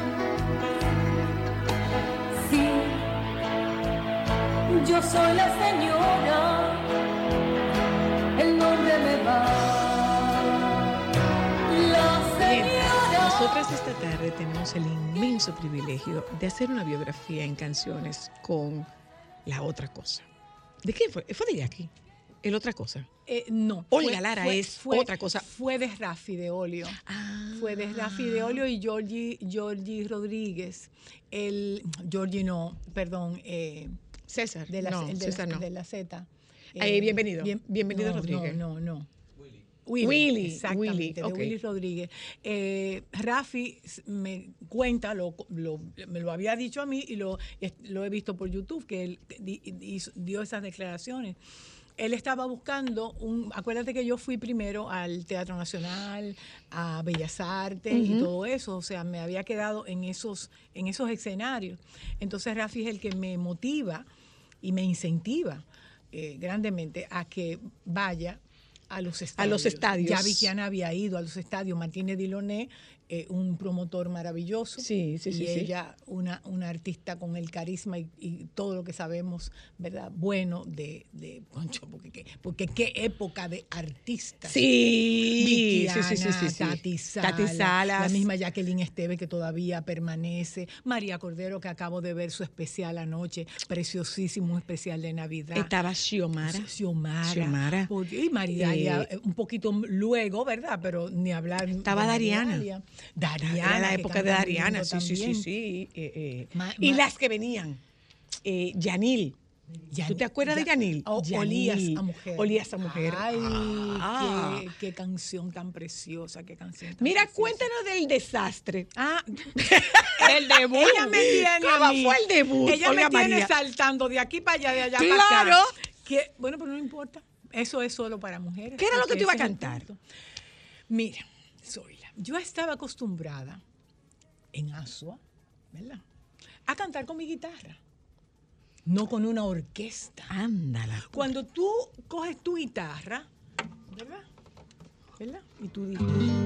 S6: Sí, yo soy la señora, el nombre me va.
S4: Nosotras esta tarde tenemos el inmenso privilegio de hacer una biografía en canciones con La Otra Cosa. ¿De qué fue? ¿Fue de Jackie? ¿El Otra Cosa?
S5: Eh, no.
S4: Olga
S5: fue,
S4: Lara
S5: fue,
S4: es
S5: fue,
S4: Otra Cosa.
S5: Fue de Rafi de Olio.
S4: Ah.
S5: Fue de Rafi de Olio y Georgie, Georgie Rodríguez. El, Georgie no, perdón. Eh,
S4: César.
S5: De la,
S4: no,
S5: el de
S4: César
S5: la,
S4: no.
S5: De la Z.
S4: Eh, eh, bienvenido.
S5: Bien,
S4: bienvenido
S5: no,
S4: Rodríguez.
S5: No, no, no.
S4: Willy. Willy.
S5: Exactamente,
S4: Willy,
S5: de
S4: okay.
S5: Willy Rodríguez. Eh, Rafi me cuenta, lo, lo, me lo había dicho a mí y lo, lo he visto por YouTube, que él di, hizo, dio esas declaraciones. Él estaba buscando un... Acuérdate que yo fui primero al Teatro Nacional, a Bellas Artes uh-huh. y todo eso. O sea, me había quedado en esos, en esos escenarios. Entonces Rafi es el que me motiva y me incentiva eh, grandemente a que vaya a los estadios.
S4: A los estadios.
S5: Ya Vikiana había ido a los estadios. Martínez Diloné, eh, un promotor maravilloso.
S4: Sí, sí,
S5: y
S4: sí.
S5: ella,
S4: sí.
S5: Una, una artista con el carisma y, y todo lo que sabemos, ¿verdad? Bueno de, de Concho, porque, qué, porque qué época de artistas.
S4: Sí,
S5: Vikiana,
S4: sí, sí, sí, sí, sí.
S5: Tati Salas,
S4: Tati Salas.
S5: la misma Jacqueline Esteve que todavía permanece, María Cordero que acabo de ver su especial anoche, preciosísimo especial de Navidad.
S4: Estaba Xiomara.
S5: Xiomara.
S4: Xiomara.
S5: Porque, y María eh, un poquito luego, ¿verdad? Pero ni hablar.
S4: Estaba Dariana.
S5: Dariana. Dariana.
S4: Era la época de Dariana, sí, sí, sí, sí. Eh, eh. Ma, y ma, las que venían. Eh, Yanil. Yan, ¿Tú te acuerdas ya, de Yanil?
S5: Oh,
S4: Yanil.
S5: Olías a mujer.
S4: Olías a mujer.
S5: Ay,
S4: ah.
S5: qué, qué canción tan preciosa, qué canción tan
S4: Mira,
S5: preciosa.
S4: Cuéntanos del desastre.
S5: Ah,
S4: el debut.
S5: Ella me tiene
S4: ¿Cómo
S5: a mí.
S4: fue el debut?
S5: Ella
S4: Olga
S5: me tiene
S4: María.
S5: saltando de aquí para allá, de allá
S4: claro.
S5: para acá. Que, bueno, pero no importa. Eso es solo para mujeres.
S4: ¿Qué era lo que tú ibas a cantar?
S5: Mira, Zoila, yo estaba acostumbrada en Asua, ¿verdad?, a cantar con mi guitarra, no con una orquesta.
S4: Ándala.
S5: Cuando tú coges tu guitarra, ¿verdad? ¿Verdad? Y tú dices,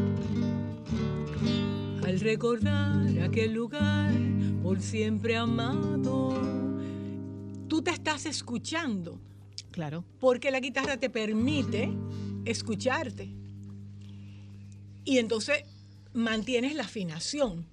S5: al recordar aquel lugar por siempre amado, tú te estás escuchando.
S4: Claro.
S5: Porque la guitarra te permite escucharte. Y entonces mantienes la afinación.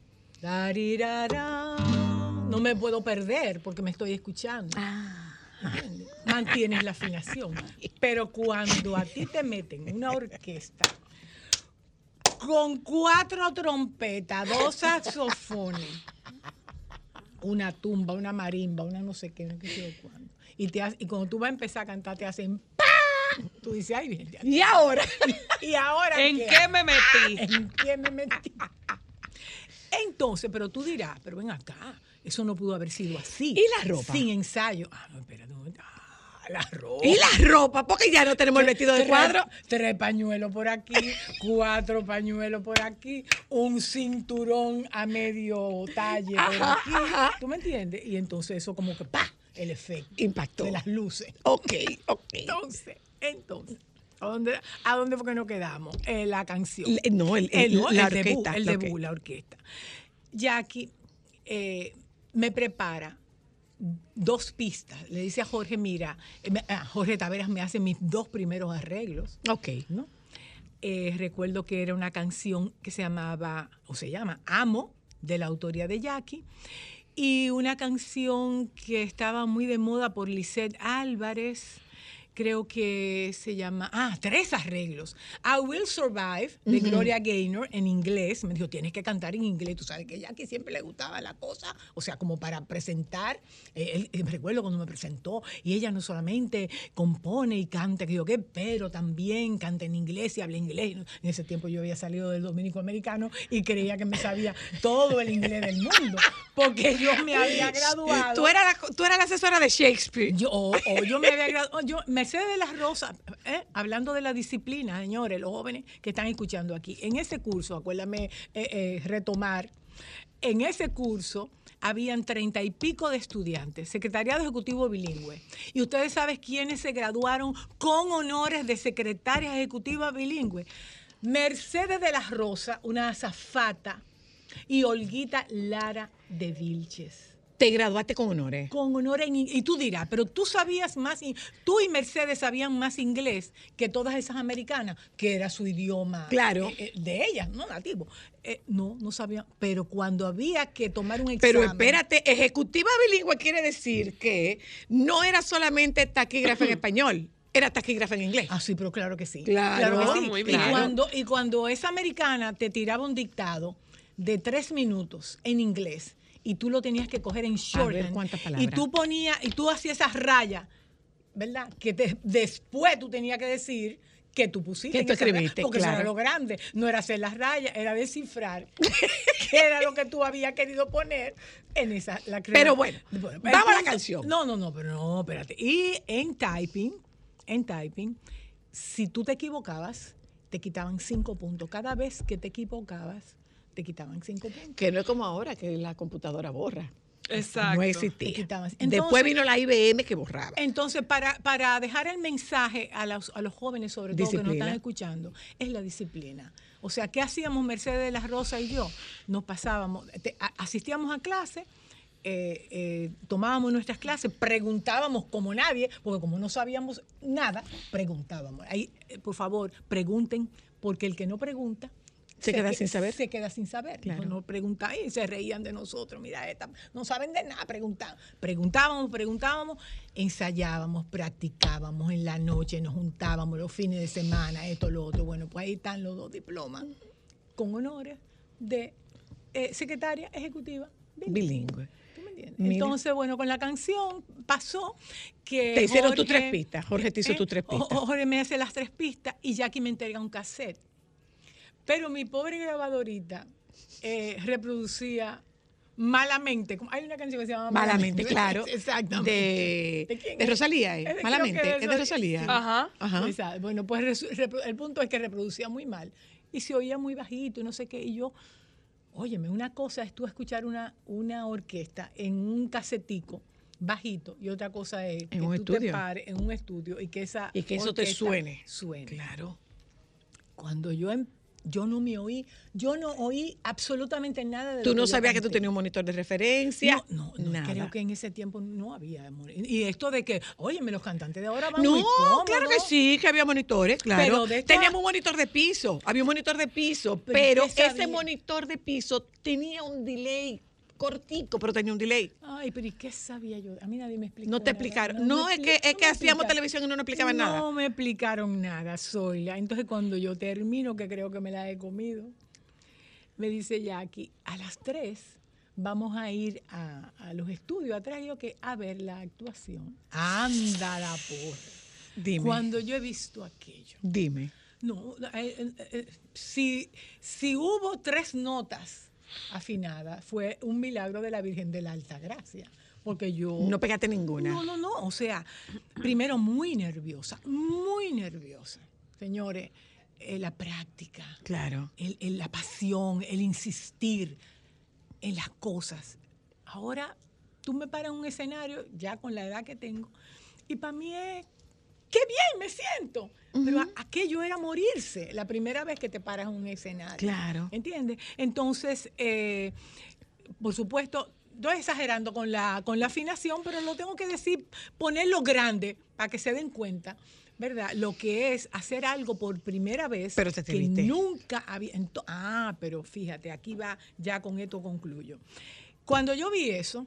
S5: No me puedo perder porque me estoy escuchando. Ah. Mantienes la afinación. Pero cuando a ti te meten una orquesta con cuatro trompetas, dos saxofones, una tumba, una marimba, una no sé qué, no sé cuándo. Y, te hace, y cuando tú vas a empezar a cantar, te hacen ¡pam! Tú dices, ay, bien. Ya.
S4: ¿Y ahora?
S5: ¿Y ahora
S7: ¿En
S5: qué?
S7: qué me metí?
S5: ¿En qué me metí? Entonces, pero tú dirás, pero ven acá, eso no pudo haber sido así.
S4: ¿Y la ropa?
S5: Sin ensayo. Ah, no, espérate un momento. Ah, la ropa.
S4: ¿Y la ropa? Porque ya no tenemos el vestido de
S5: Tres-
S4: cuadro.
S5: Tres pañuelos por aquí, cuatro pañuelos por aquí, un cinturón a medio talle por
S4: Ajá,
S5: aquí.
S4: ajá.
S5: ¿Tú me entiendes? Y entonces eso como que ¡pa! El efecto.
S4: Impactó.
S5: De las luces.
S4: Ok, ok.
S5: Entonces, entonces. ¿A dónde, ¿A dónde fue que nos quedamos? En la canción.
S4: Le- no, el- el-
S5: no,
S4: la
S5: el debut,
S4: orquesta,
S5: el
S4: la
S5: debut,
S4: orquesta.
S5: la orquesta. Jackie eh, me prepara dos pistas. Le dice a Jorge, mira, eh, me- a Jorge Taveras me hace mis dos primeros arreglos.
S4: Ok.
S5: ¿No? Eh, recuerdo que era una canción que se llamaba, o se llama, Amo, de la autoría de Jackie, y una canción que estaba muy de moda por Lisette Álvarez, creo que se llama, ah, tres arreglos. I Will Survive, de
S4: Ujú.
S5: Gloria Gaynor, en inglés. Me dijo, tienes que cantar en inglés. Tú sabes que a Jackie siempre le gustaba la cosa, o sea, como para presentar. Eh, él- eh, me recuerdo cuando me presentó, y ella no solamente compone y canta, que yo qué, pero también canta en inglés y habla inglés. En ese tiempo yo había salido del dominico americano y creía que me sabía todo el inglés del mundo, porque yo me había graduado.
S4: Tú eras la, tú eras la asesora de Shakespeare.
S5: Yo, o, o yo me había graduado. Yo, Mercedes de las Rosas, eh, hablando de la disciplina, señores, los jóvenes que están escuchando aquí, en ese curso, acuérdame eh, eh, retomar, en ese curso habían treinta y pico de estudiantes, secretariado ejecutivo bilingüe. Y ustedes saben quiénes se graduaron con honores de secretaria ejecutiva bilingüe. Mercedes de las Rosas, una azafata, y Olguita Lara de Vilches.
S4: Te graduaste con honores.
S5: Con honores. En, y tú dirás, pero tú sabías más, in- tú y Mercedes sabían más inglés que todas esas americanas, que era su idioma.
S4: Claro.
S5: eh, eh, de ellas, no nativo. Eh, no, no sabían. Pero cuando había que tomar un examen.
S4: Pero espérate, ejecutiva bilingüe quiere decir que no era solamente taquígrafa en español, era taquígrafa en inglés.
S5: Ah, sí, pero claro que sí.
S4: Claro,
S5: que sí.
S4: muy
S5: Y
S4: bien.
S5: cuando, y cuando esa americana te tiraba un dictado de tres minutos en inglés y tú lo tenías que coger en shorthand,
S4: cuántas
S5: y
S4: palabras.
S5: tú ponías, y tú hacías esas rayas, ¿verdad? Que te- después tú tenías que decir que tú pusiste.
S4: Que
S5: en
S4: tú
S5: esa raya,
S4: escribiste,
S5: porque eso
S4: claro.
S5: era lo grande. No era hacer las rayas, era descifrar qué era lo que tú habías querido poner en esa. La
S4: Pero bueno,
S5: el
S4: vamos a la
S5: punto-
S4: canción.
S5: No, no, no, pero no, espérate. Y en typing, en typing, si tú te equivocabas, te quitaban cinco puntos. Cada vez que te equivocabas, te quitaban cinco puntos.
S4: Que no es como ahora, que la computadora borra.
S7: Exacto.
S4: No
S5: Te
S4: existía.
S5: quitaban.
S4: Después
S5: Entonces-
S4: vino la I B M que borraba.
S5: Entonces, para, para dejar el mensaje a los, a los jóvenes, sobre todo que nos
S4: Disciplina.
S5: están escuchando, es la disciplina. O sea, ¿qué hacíamos Mercedes de las Rosas y yo? Nos pasábamos, te- a- asistíamos a clase, eh, eh, tomábamos nuestras clases, preguntábamos como nadie, porque como no sabíamos nada, preguntábamos. Ahí, eh, por favor, pregunten, porque el que no pregunta
S4: Se queda
S5: que-
S4: sin saber.
S5: Se queda sin saber.
S4: Claro.
S5: No, no preguntaban y se reían de nosotros. Mira, esta, no saben de nada, preguntaban. Preguntábamos, preguntábamos, ensayábamos, practicábamos en la noche, nos juntábamos los fines de semana, esto, lo otro. Bueno, pues ahí están los dos diplomas con honores de eh, secretaria ejecutiva
S4: Bilingüe.
S5: ¿Tú me entiendes?
S4: Mira.
S5: Entonces, bueno, con la canción pasó que.
S4: Te hicieron tus
S5: Jorge-
S4: tres pistas. Jorge te hizo
S5: ¿eh?
S4: tus tres pistas.
S5: Jo- Jorge me hace las tres pistas y Jackie me entrega un cassette. Pero mi pobre grabadorita eh, reproducía malamente. como- Hay una canción que se llama
S4: Malamente, claro.
S5: Exactamente.
S4: De,
S5: ¿De quién
S4: de
S5: es?
S4: Rosalía, eh.
S5: Es de-
S4: Malamente.
S5: creo que
S4: Es de Rosalía.
S5: sí.
S7: Ajá.
S4: Ajá.
S5: Exacto. Bueno, pues resu- repro- el punto es que reproducía muy mal. Y se oía muy bajito y no sé qué. Y yo, óyeme, una cosa es tú escuchar una, una orquesta en un casetico bajito y otra cosa es que
S4: En un
S5: tú te
S4: estudio.
S5: pares en un estudio y que esa
S4: Y que eso te
S5: orquesta
S4: suene.
S5: suene.
S4: Claro.
S5: Cuando yo em- yo no me oí, yo no oí absolutamente nada de
S4: Tú
S5: lo
S4: no
S5: que yo
S4: sabías que tú
S5: canté.
S4: tenías un monitor de referencia.
S5: No, no, no,
S4: nada.
S5: creo que en ese tiempo no había. moni- Y esto de que, óyeme, los cantantes de ahora van
S4: No,
S5: muy cómodos.
S4: claro que sí, que había monitores, claro.
S5: Pero de esta-
S4: Teníamos un monitor de piso, había un monitor de piso,
S5: Pero
S4: pero,
S5: usted sabía-
S4: ese monitor de piso tenía un delay cortico, pero tenía un delay.
S5: Ay, pero ¿y qué sabía yo? A mí nadie me explicó.
S4: No te
S5: nada.
S4: explicaron. No,
S5: me
S4: es que,
S5: expli-
S4: es
S5: no
S4: que
S5: me
S4: hacíamos
S5: explicaron.
S4: televisión y no nos explicaban
S5: no
S4: nada.
S5: No me explicaron nada, Zoila. Entonces, cuando yo termino, que creo que me la he comido, me dice Jackie, a las tres vamos a ir a, a los estudios atrás, y yo que a ver la actuación. Anda la porra.
S4: Dime.
S5: Cuando yo he visto aquello.
S4: Dime.
S5: No, eh, eh, eh, si, si hubo tres notas afinada. Fue un milagro de la Virgen de la Altagracia. Porque yo...
S4: No pegaste ninguna.
S5: No, no, no. O sea, primero muy nerviosa, muy nerviosa. Señores, eh, la práctica.
S4: Claro.
S5: El, el, la pasión, el insistir en las cosas. Ahora, tú me paras en un escenario, ya con la edad que tengo, y para mí es, ¡qué bien me siento! Uh-huh. Pero a, aquello era morirse, la primera vez que te paras en un escenario.
S4: Claro.
S5: ¿Entiendes? Entonces, eh, por supuesto, estoy exagerando con la, con la afinación, pero lo tengo que decir, ponerlo grande para que se den cuenta, ¿verdad? Lo que es hacer algo por primera vez
S4: pero te
S5: que
S4: viste.
S5: nunca había... Ento, ah, pero fíjate, aquí va, ya con esto concluyo. Cuando yo vi eso,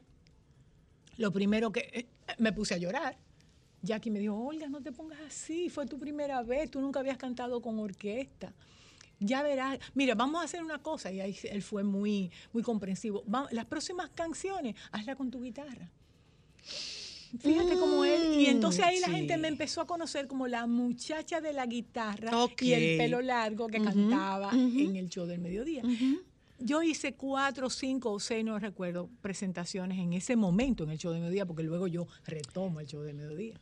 S5: lo primero que... Eh, me puse a llorar. Jackie me dijo, Olga, no te pongas así, fue tu primera vez, tú nunca habías cantado con orquesta. Ya verás, mira, vamos a hacer una cosa, y ahí él fue muy, muy comprensivo. Vamos, las próximas canciones, hazla con tu guitarra. Fíjate mm, cómo él, y entonces ahí sí. La gente me empezó a conocer como la muchacha de la guitarra okay. y el pelo largo que uh-huh, cantaba uh-huh. en el show del mediodía. Uh-huh. Yo hice cuatro, cinco o seis, no recuerdo, presentaciones en ese momento en el show de mediodía, porque luego yo retomo el show de mediodía.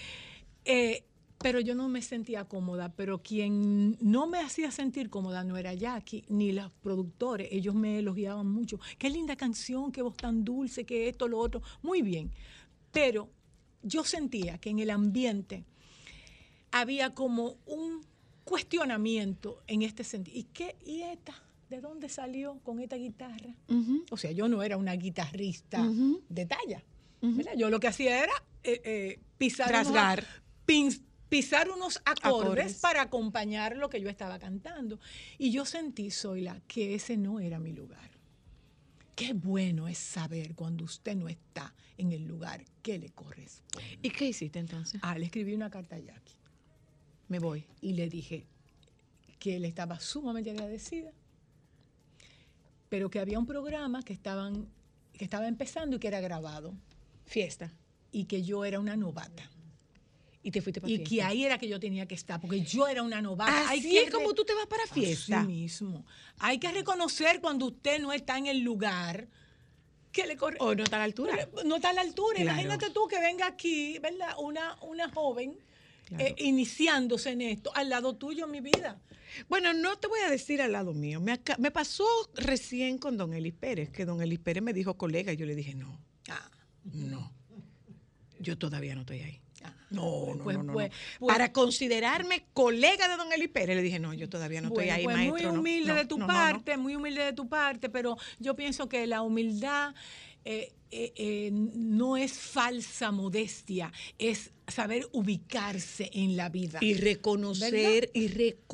S5: Eh, pero yo no me sentía cómoda, pero quien no me hacía sentir cómoda no era Jackie, ni los productores, ellos me elogiaban mucho. Qué linda canción, qué voz tan dulce, que esto, lo otro, muy bien. Pero yo sentía que en el ambiente había como un cuestionamiento en este sentido. ¿Y qué? ¿Y esta? ¿De dónde salió con esta guitarra? Uh-huh. O sea, yo no era una guitarrista uh-huh. de talla. Uh-huh. Yo lo que hacía era eh, eh, pisar, unos, pin, pisar unos acordes, acordes para acompañar lo que yo estaba cantando. Y yo sentí, Zoila, que ese no era mi lugar. Qué bueno es saber cuando usted no está en el lugar que le corresponde.
S4: ¿Y qué hiciste entonces?
S5: Ah, le escribí una carta a Jackie.
S4: Me voy.
S5: Y le dije que él estaba sumamente agradecida, pero que había un programa que, estaban, que estaba empezando y que era grabado.
S4: Fiesta.
S5: Y que yo era una novata.
S4: Y te fuiste para
S5: y
S4: fiesta.
S5: Y que ahí era que yo tenía que estar, porque yo era una novata.
S4: Así
S5: Hay
S4: es
S5: que
S4: como re- tú te vas para fiesta.
S5: Así mismo. Hay que reconocer cuando usted no está en el lugar que le corre.
S4: O no está a la altura.
S5: No está a la altura.
S4: Claro.
S5: Imagínate tú que venga aquí, ¿verdad? Una, una joven claro. eh, iniciándose en esto, al lado tuyo, mi vida.
S4: Bueno, no te voy a decir al lado mío. Me, acá, me pasó recién con don Elis Pérez, que don Elis Pérez me dijo colega, y yo le dije, no, ah, no, yo todavía no estoy ahí. Ah, no, no, pues, no, no,
S5: pues,
S4: no.
S5: Pues,
S4: Para considerarme colega de don Elis Pérez, le dije, no, yo todavía no estoy
S5: bueno,
S4: ahí,
S5: pues
S4: maestro.
S5: Muy humilde
S4: no,
S5: de tu
S4: no,
S5: parte,
S4: no, no.
S5: muy humilde de tu parte, pero yo pienso que la humildad eh, eh, eh, no es falsa modestia, es saber ubicarse en la vida.
S4: Y reconocer, ¿verdad? y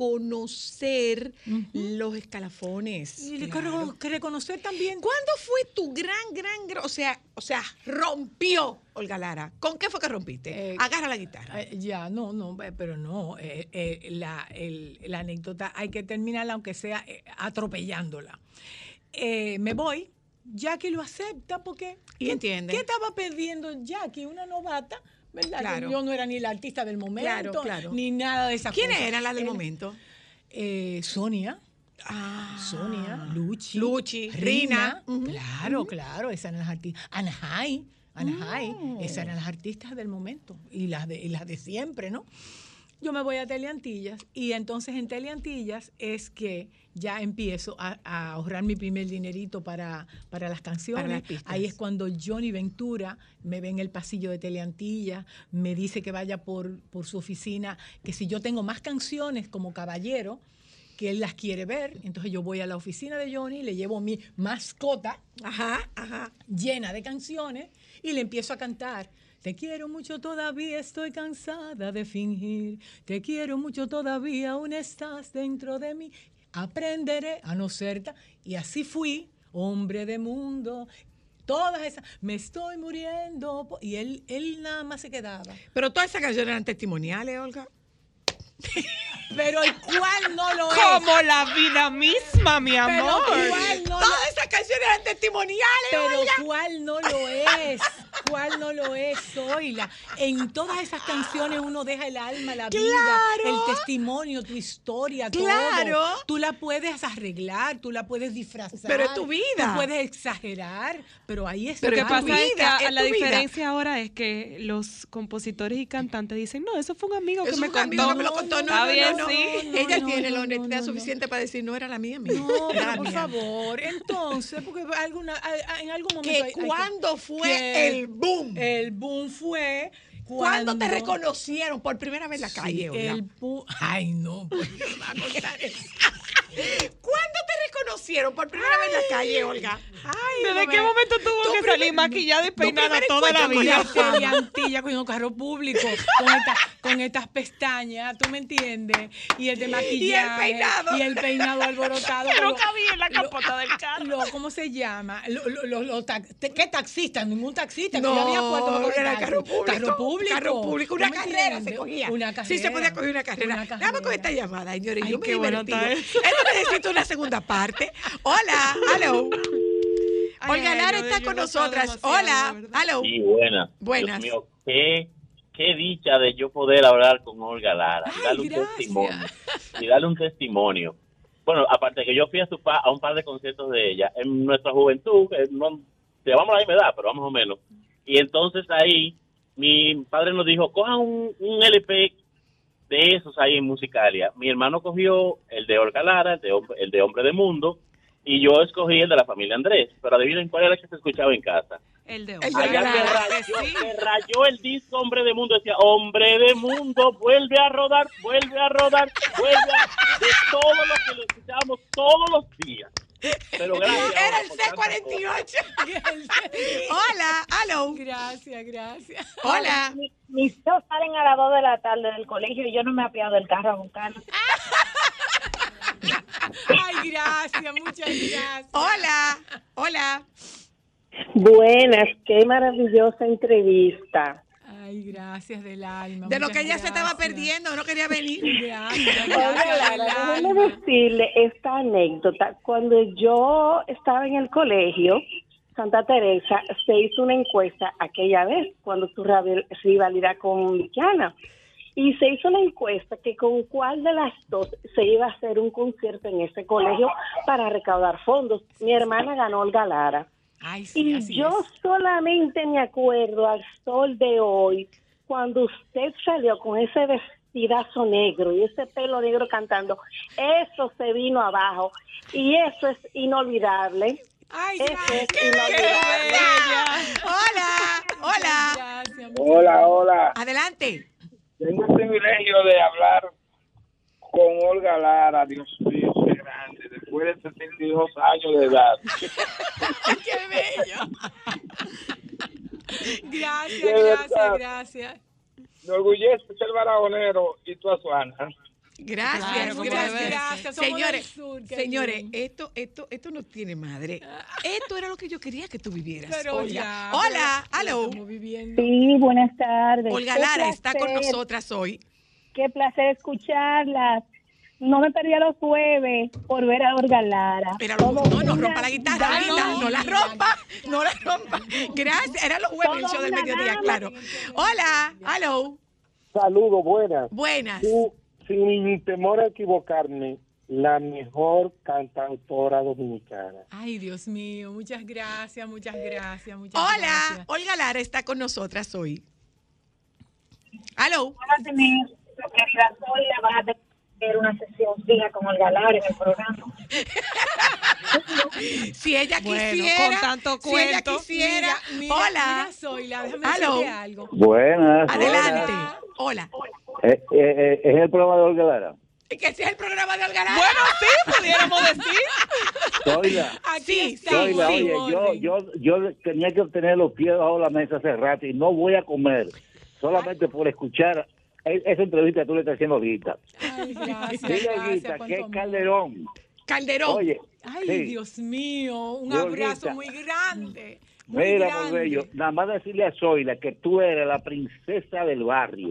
S4: reconocer uh-huh. los escalafones.
S5: Y claro. reconocer también.
S4: ¿Cuándo fue tu gran, gran, gran, o sea, o sea, rompió Olga Lara? ¿Con qué fue que rompiste? Eh, Agarra la guitarra.
S5: Eh, ya, no, no, pero no. Eh, eh, la, el, la anécdota hay que terminarla, aunque sea eh, atropellándola. Eh, me voy. Jackie lo acepta porque...
S4: ¿Y entiende?
S5: ¿Qué estaba pidiendo Jackie? Una novata, ¿verdad?
S4: Claro.
S5: Yo no era ni la artista del momento,
S4: claro, claro.
S5: ni nada de esa cosa.
S4: ¿Quiénes eran las del El, momento?
S5: Eh, Sonia.
S4: Ah,
S5: Sonia, Luchi.
S4: Luchi,
S5: Rina.
S4: Rina.
S5: Uh-huh. Claro, uh-huh. claro, esas eran las artistas. Anahai, Anahai, uh-huh. esas eran las artistas del momento y las de, y las de siempre, ¿no? Yo me voy a Teleantillas y entonces en Teleantillas es que ya empiezo a, a ahorrar mi primer dinerito para, para las canciones.
S4: Para las pistas.
S5: Ahí es cuando Johnny Ventura me ve en el pasillo de Teleantillas, me dice que vaya por, por su oficina, que si yo tengo más canciones como caballero, que él las quiere ver. Entonces yo voy a la oficina de Johnny, le llevo mi mascota
S4: ajá, ajá.
S5: llena de canciones y le empiezo a cantar. Te quiero mucho todavía, estoy cansada de fingir. Te quiero mucho todavía, aún estás dentro de mí. Aprenderé a no ser tan... Y así fui, hombre de mundo. Todas esas, me estoy muriendo. Y él, él nada más se quedaba.
S4: Pero todas esas canciones eran testimoniales, Olga.
S5: Pero el cual no lo es.
S7: Como la vida misma, mi amor.
S5: Pero cuál no
S4: Todas
S5: lo...
S4: esas canciones eran testimoniales.
S5: Pero
S4: oiga.
S5: cuál no lo es. ¿Cuál no lo es, Zoila? En todas esas canciones uno deja el alma, la
S4: Claro.
S5: vida, el testimonio, tu historia,
S4: Claro.
S5: todo. Tú la puedes arreglar, tú la puedes disfrazar.
S4: Pero es tu vida.
S5: Tú puedes exagerar, pero ahí está.
S7: Lo que
S4: es tu
S7: pasa es que
S4: vida,
S7: a-
S4: es
S7: la
S4: tu vida.
S7: diferencia ahora es que los compositores y cantantes dicen, no, eso fue un amigo que
S4: Eso
S7: me
S4: fue un amigo
S7: contó.
S4: que me lo contó. No,
S7: Está
S4: no,
S7: bien,
S4: no, no.
S7: sí.
S5: no,
S4: Ella
S5: no,
S4: tiene
S5: no,
S4: la
S5: no,
S4: honestidad
S5: no,
S4: suficiente para decir, no era la mía, mía.
S5: No,
S4: Era
S5: pero
S4: la
S5: por
S4: mía.
S5: favor, entonces, porque alguna, a- a- en algún momento...
S4: Que
S5: hay- hay
S4: cuándo fue
S5: que
S4: el boom.
S5: El boom fue
S4: ¿Cuándo
S5: cuando...
S4: te reconocieron por primera vez en la
S5: Sí,
S4: calle, Olga?
S5: el boom... Ay, no, pues no me va a contar eso.
S4: ¿Cuándo te reconocieron por primera vez en la calle, Olga?
S5: Ay,
S7: ¿Desde
S5: no
S7: qué
S5: me-
S7: momento tuvo
S4: Tu
S7: que
S4: primer-
S7: salir maquillada y
S4: tu
S7: peinada
S4: primer
S7: toda la
S4: encuentro con
S7: vida?
S4: la fama.
S5: Teleantilla con un carro público, con, esta- con estas pestañas, ¿tú me entiendes? Y el de maquillaje.
S4: peinado.
S5: Y el peinado alborotado.
S7: Que no
S5: con lo-
S7: cabía en la
S5: lo-
S7: capota del carro.
S5: lo- ¿Cómo se llama? Lo- lo- lo- lo tax- ¿Qué taxista? Ningún taxista. que
S4: No,
S5: yo había puesto para coger
S4: era
S5: taxi.
S4: carro público.
S5: Carro público.
S4: Carro público. Una
S5: ¿Tú me
S4: carrera se
S5: entiendes?
S4: cogía.
S5: Una carrera.
S4: Sí, se podía coger una carrera.
S5: Una
S4: Déjame con
S5: carrera.
S4: esta llamada, señores.
S7: Ay,
S4: Yo me
S7: qué bueno
S4: divertido.
S7: está eso.
S4: Esto necesita una segunda parte. Hola, hello.
S7: Ay,
S4: Olga
S7: ay,
S4: Lara
S7: yo-
S4: está
S7: yo
S4: con
S7: he gozado
S4: nosotras.
S7: demasiado,
S4: Hola,
S7: de verdad.
S4: hello.
S13: Sí, buenas.
S4: Buenas.
S13: Dios mío, qué, qué dicha de yo poder hablar con Olga Lara.
S5: Ay,
S13: darle un
S5: gracias.
S13: testimonio. Y darle un testimonio. Bueno, aparte que yo fui a, su pa- a un par de conciertos de ella en nuestra juventud, eh, no, llevamos la misma edad, pero más o menos. Y entonces ahí mi padre nos dijo, cojan un, un L P de esos ahí en Musicalia. Mi hermano cogió el de Olga Lara, el de, Hom- el de Hombre de Mundo, y yo escogí el de la familia Andrés. Pero adivinen cuál era el que se escuchaba en casa.
S7: El de
S4: El de
S13: Allá
S4: Olga
S13: se
S4: Lara.
S13: rayó, se rayó el disco Hombre de Mundo, decía Hombre de Mundo, vuelve a rodar, vuelve a rodar, vuelve a... De todo lo que lo escuchábamos todos los días. Pero gracias.
S4: Era
S13: Olga,
S4: el
S13: por
S4: C
S13: tantas
S4: cuarenta y ocho. Hola, hello.
S5: Gracias, gracias.
S4: Hola.
S14: Mis hijos salen a las dos de la tarde del colegio y yo no me he apiado del carro a buscarlos.
S5: Ay, gracias, muchas gracias.
S4: Hola, hola.
S14: Buenas, qué maravillosa entrevista.
S5: Ay, gracias del alma.
S4: De lo
S5: muchas
S4: que ella se estaba
S5: gracias.
S4: perdiendo, no quería venir.
S5: Gracias,
S14: Oiga,
S5: gracias del
S14: Lara,
S5: alma.
S14: déjeme decirle esta anécdota. Cuando yo estaba en el colegio, Santa Teresa, se hizo una encuesta aquella vez, cuando su rabi- rivalidad con Vikiana. Y se hizo una encuesta que con cuál de las dos se iba a hacer un concierto en ese colegio para recaudar fondos. Mi hermana ganó Olga Lara.
S5: Ay, sí,
S14: Y
S5: así
S14: yo
S5: es.
S14: solamente me acuerdo al sol de hoy, cuando usted salió con ese vestidazo negro y ese pelo negro cantando, eso se vino abajo y eso es inolvidable.
S5: Ay,
S14: Eso
S5: gracias.
S14: es inolvidable.
S4: Hola, hola.
S5: Gracias.
S15: Hola, hola.
S4: Adelante.
S15: Tengo el privilegio de hablar con Olga Lara. Dios mío, qué grande. Después de setenta y dos años de edad.
S4: ¡Qué bello!
S5: Gracias,
S15: De
S5: gracias,
S15: verdad.
S5: gracias.
S15: Me orgullece ser barajonero y tú a Suana.
S4: Gracias,
S5: Claro, como
S4: gracias.
S5: debe ser. Somos
S4: Señores,
S5: del sur, qué
S4: señores,
S5: bien.
S4: esto, esto, esto no tiene madre. Esto era lo que yo quería que tú vivieras.
S5: Pero
S4: Olga.
S5: ya,
S4: Hola,
S5: pero
S4: hello.
S5: estamos viviendo.
S14: Sí, buenas tardes.
S4: Olga
S14: Qué
S4: Lara está con
S14: placer,
S4: nosotras hoy.
S14: Qué placer escucharlas. No me perdía los jueves por ver a Olga Lara.
S4: Era
S14: Todo
S4: lo- no, no
S14: una
S4: rompa la guitarra,
S14: dama.
S4: linda, no la rompa, no la rompa. Gracias, era los jueves el
S14: Todo
S4: show del
S14: una
S4: mediodía,
S14: dama.
S4: claro. Hola, hello.
S15: Saludos, buenas.
S4: Buenas.
S15: Tú, sin temor a equivocarme, la mejor cantautora dominicana.
S5: Ay, Dios mío, muchas gracias, muchas gracias, muchas
S4: Hola,
S5: gracias.
S4: Olga Lara está con nosotras hoy. Hello.
S14: Van a tener, querida Zoila, van a tener una sesión fija con Olga Lara en el programa.
S4: Si ella
S7: Bueno,
S4: quisiera,
S7: con tanto
S4: si ella
S7: cuento.
S4: quisiera.
S5: Mira, mira,
S4: Hola.
S5: mira, Zoila, déjame
S4: Hello.
S5: decirte algo.
S16: Buenas.
S4: Adelante. Hola.
S16: Eh, eh, eh, ¿Es el programa de Olga Lara?
S4: Que sea el programa de Olga Lara.
S7: Bueno, sí, pudiéramos decir.
S16: Zoila,
S5: Aquí
S4: Sí,
S5: está,
S16: Zoila,
S5: sí,
S16: oye, yo,
S5: orden.
S16: yo, yo tenía que tener los pies bajo la mesa hace rato y no voy a comer solamente por escuchar e- esa entrevista que tú le estás haciendo ahorita.
S5: Ay, gracias,
S16: Dile,
S5: gracias,
S16: Guita,
S5: cuánto
S16: que es
S5: amor.
S16: Calderón.
S4: Calderón.
S16: Oye,
S5: Ay,
S16: sí.
S5: Dios mío, un
S16: Dios,
S5: abrazo
S16: Guita.
S5: muy grande. Muy
S16: Mira,
S5: grande.
S16: por bello, nada más decirle a Zoila que tú eres la princesa del barrio.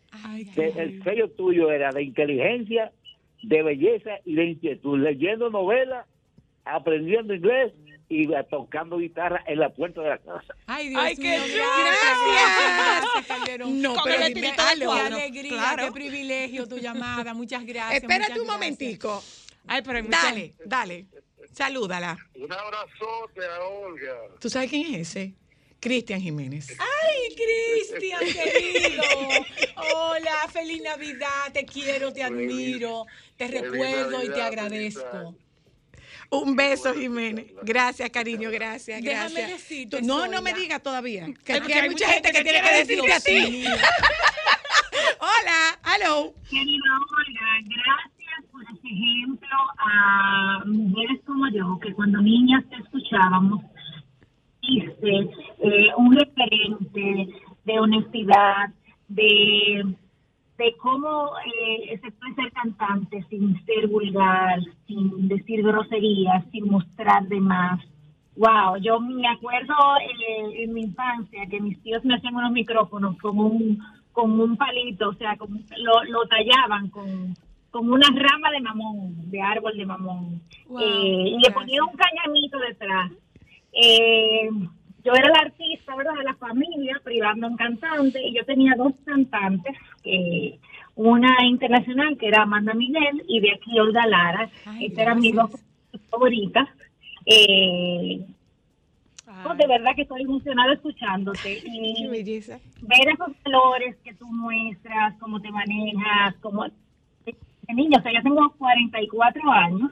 S5: Ay,
S16: que el sello tuyo era de inteligencia, de belleza y de inquietud, leyendo novelas, aprendiendo inglés y tocando guitarra en la puerta de la casa.
S5: Ay, Dios
S7: Ay,
S5: mío,
S7: qué
S5: gracias, gracias, Calderón.
S4: No,
S5: Con
S4: pero
S5: el
S4: dime
S5: espíritu de
S4: algo.
S5: Qué alegría,
S4: Claro.
S5: qué privilegio tu llamada. Muchas gracias.
S4: Espérate
S5: muchas
S4: un
S5: gracias.
S4: momentico.
S7: Ay, pero hay mucha-
S4: Dale, dale. Salúdala.
S17: Un abrazote a Olga.
S4: ¿Tú sabes quién es ese? Cristian Jiménez.
S5: Ay, Cristian, querido. Hola, feliz Navidad. Te quiero, te admiro. Te
S17: Feliz
S5: recuerdo y te
S17: Navidad,
S5: agradezco.
S4: Un beso, Jiménez. Gracias, cariño, gracias,
S5: Déjame
S4: gracias.
S5: decirte,
S4: Tú- no, no
S5: Sonia.
S4: me digas todavía. Que
S5: Ay,
S4: aquí hay mucha gente que tiene que
S5: Ay,
S4: decirte a
S5: Dios
S4: ti.
S5: mío.
S4: Hola, hello.
S18: Querida Olga, gracias por ese ejemplo a mujeres como yo, que cuando niñas te escuchábamos, fuiste eh, un referente de honestidad, de, de cómo eh, se puede ser cantante sin ser vulgar, sin decir groserías, sin mostrar de más. Wow, yo me acuerdo eh, en mi infancia que mis tíos me hacían unos micrófonos con un con un palito, o sea, con, lo, lo tallaban con, con una rama de mamón, de árbol de mamón,
S5: Wow,
S18: eh, y le ponían un cañamito detrás. Eh, yo era la artista, ¿verdad?, de la familia, privando un cantante, y yo tenía dos cantantes, eh, una internacional que era Amanda Miguel y de aquí Olga Lara. Estas eran mis dos favoritas. Eh, oh, de verdad que estoy emocionada escuchándote. Y
S4: Qué belleza.
S18: ver esos valores que tú muestras, cómo te manejas, como de niño, o sea, yo tengo cuarenta y cuatro años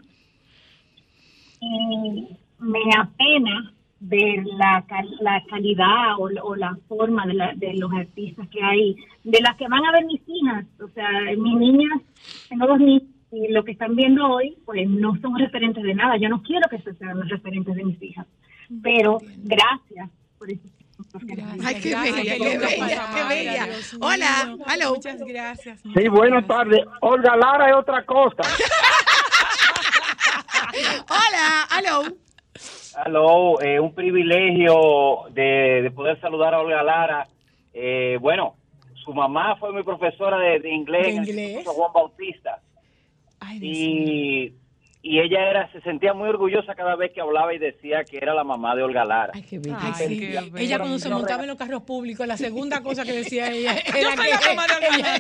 S18: y me apena ver la, cal- la calidad o, o la forma de, la, de los artistas que hay, de las que van a ver mis hijas. O sea, mis niñas, tengo dos niñas y lo que están viendo hoy, pues no son referentes de nada. Yo no quiero que estos sean los referentes de mis hijas, pero gracias por eso.
S4: Ay, qué
S5: Gracias,
S4: bella,
S5: qué
S4: qué
S5: linda
S4: bella,
S5: palabra,
S4: qué bella.
S5: Dios mío.
S4: Hola, hello.
S5: Muchas gracias.
S15: Sí, buenas tardes. Olga Lara es otra cosa.
S4: Hola, hello.
S19: Aló, eh, un privilegio de, de poder saludar a Olga Lara. Eh, bueno, su mamá fue mi profesora de, de inglés
S5: ¿De
S19: en el
S5: inglés?
S19: Instituto Juan Bautista. Y, y ella era se sentía muy orgullosa cada vez que hablaba y decía que era la mamá de Olga Lara.
S5: Ay,
S19: Ay,
S5: sí.
S19: qué
S5: Ella cuando se
S19: bello.
S5: montaba en los carros públicos, la segunda cosa que decía ella era
S7: Yo soy
S5: que
S7: la mamá de Olga Lara.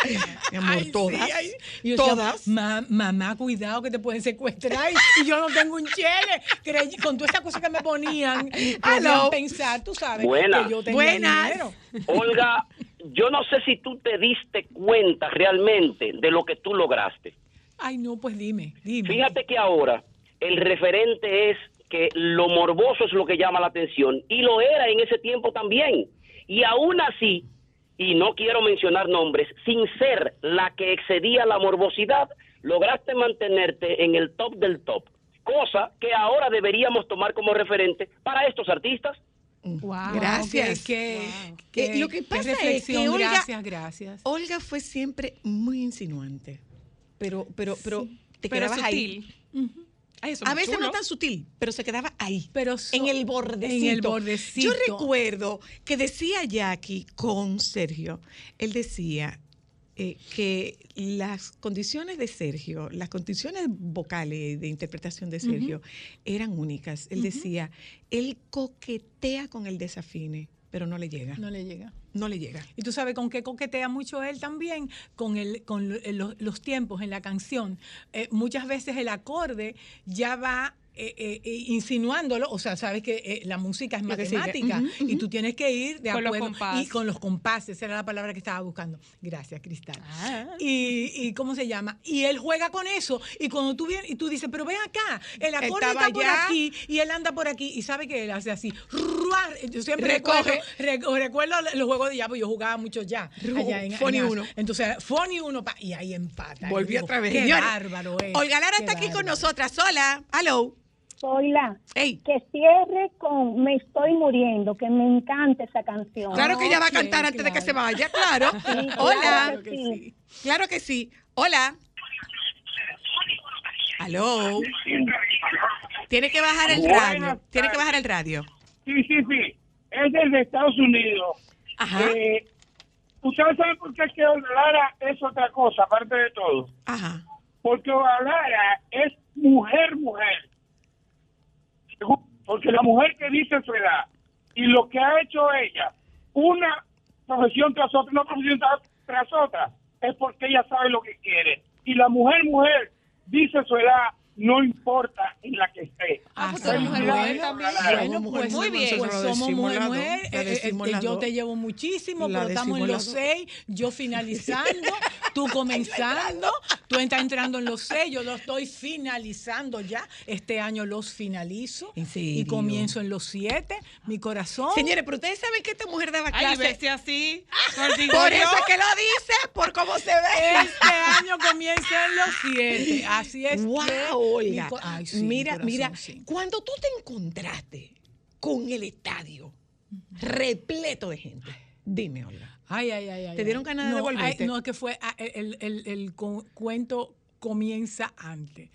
S4: Mi amor,
S5: Ay,
S4: todas.
S5: sí, ay. Y yo decía,
S4: Todas.
S5: "Ma- mamá, cuidado que te pueden secuestrar y, y yo no tengo un chele. Creí- con todas esas cosas que me ponían,
S4: Aló.
S5: podían pensar, tú sabes,
S20: Buenas.
S5: que yo tenía
S4: Buenas.
S5: dinero.
S20: Olga, yo no sé si tú te diste cuenta realmente de lo que tú lograste.
S5: Ay, no, pues dime, dime.
S20: Fíjate que ahora el referente es que lo morboso es lo que llama la atención y lo era en ese tiempo también. Y aún así, y no quiero mencionar nombres, sin ser la que excedía la morbosidad, lograste mantenerte en el top del top. Cosa que ahora deberíamos tomar como referente para estos artistas.
S5: Wow,
S4: Gracias.
S5: qué-
S4: Wow.
S5: qué-
S4: Eh, lo que
S5: qué
S4: pasa es que
S5: reflexión,
S4: Olga,
S5: gracias, gracias.
S4: Olga fue siempre muy insinuante, pero, pero, pero te
S7: Pero
S4: quedabas ahí.
S7: sutil. Ay, eso es
S4: A
S7: muy
S4: veces
S7: chulo.
S4: no tan sutil, pero se quedaba ahí.
S5: Pero
S4: en el bordecito.
S5: en el bordecito.
S4: Yo recuerdo que decía Jackie con Sergio, él decía eh, que las condiciones de Sergio, las condiciones vocales de interpretación de Sergio eran únicas. Él
S5: Ujú.
S4: decía, él coquetea con el desafine, pero no le llega.
S5: No le llega.
S4: No le llega.
S5: Y tú sabes con qué coquetea mucho él también, con, el, con lo- los, los tiempos en la canción. Eh, muchas veces el acorde ya va eh, eh, eh, insinuándolo, o sea, sabes que eh, la música es
S4: Lo que sigue.
S5: matemática
S4: Ujú,
S5: y
S4: ujú.
S5: tú tienes que ir de
S7: Con los
S5: acuerdo
S7: compases.
S5: y con los compases, esa era la palabra que estaba buscando. Gracias, Cristal.
S7: Ah.
S5: Y, y ¿cómo se llama? Y él juega con eso y cuando tú vienes y tú dices, pero ven acá, el acorde
S4: Estaba
S5: está por
S4: allá.
S5: aquí y él anda por aquí y sabe que él hace así. ruar. Yo siempre
S4: Recoge.
S5: recuerdo, rec- recuerdo los juegos de ya, pues yo jugaba mucho ya.
S4: Ru-
S5: Allá en,
S4: Foni
S5: en-
S4: uno.
S5: Entonces, Foni uno, pa, y ahí empata.
S4: Volví
S5: Y digo,
S4: otra vez.
S5: Qué
S4: Señores,
S5: bárbaro es.
S4: Olga Lara
S5: qué
S4: está aquí con
S5: bárbaro.
S4: nosotras. Hola. Hello.
S14: Hola.
S4: Hey.
S14: Que cierre con Me estoy muriendo, que me encanta esa canción.
S4: Claro que ella va a
S5: Ok,
S4: cantar antes de que
S5: claro.
S4: se vaya, claro.
S14: Sí,
S4: Hola.
S14: claro que sí.
S4: Claro que sí. Hola. Aló. Tiene que bajar el
S15: Buenas
S4: radio. Tiene que bajar el radio.
S15: Sí, sí, sí. Es desde Estados Unidos.
S4: Ajá.
S15: Eh, ¿Ustedes saben por qué es que Olga Lara es otra cosa, aparte de todo?
S4: Ajá.
S15: Porque Olga Lara es mujer, mujer. Porque la mujer que dice su edad y lo que ha hecho ella, una profesión tras otra, una profesión tras, tras otra, es porque ella sabe lo que quiere. Y la mujer, mujer, dice su edad, no importa en la que esté.
S5: Ah,
S15: pues
S5: bueno,
S15: mujer,
S5: bueno,
S15: también.
S5: bueno, pues muy bien. Pues somos mujer, mujer. Eh, eh, eh, yo te llevo muchísimo,
S4: La
S5: pero estamos en los
S4: decimos
S5: seis, yo finalizando, tú comenzando, tú estás entrando en los seis, yo lo estoy finalizando ya. Este año los finalizo y comienzo en los siete. Mi corazón.
S4: Señores, pero ustedes saben que esta mujer daba
S7: Ay,
S4: clase.
S7: veste así.
S4: Por eso es que lo dice, por cómo se ve.
S5: Este año comienza en los siete. Así es.
S4: Wow,
S5: que
S4: Olga.
S5: mi co- Ay, sí,
S4: mira,
S5: corazón,
S4: mira,
S5: sí.
S4: cuando tú te encontraste con el estadio repleto de gente, dime, Olga.
S5: Ay, ay, ay, ay.
S4: ¿Te dieron
S5: ay.
S4: ganas de
S5: no,
S4: devolverte?
S5: ay, no, es que fue, ah, el, el, el cu- cuento comienza antes.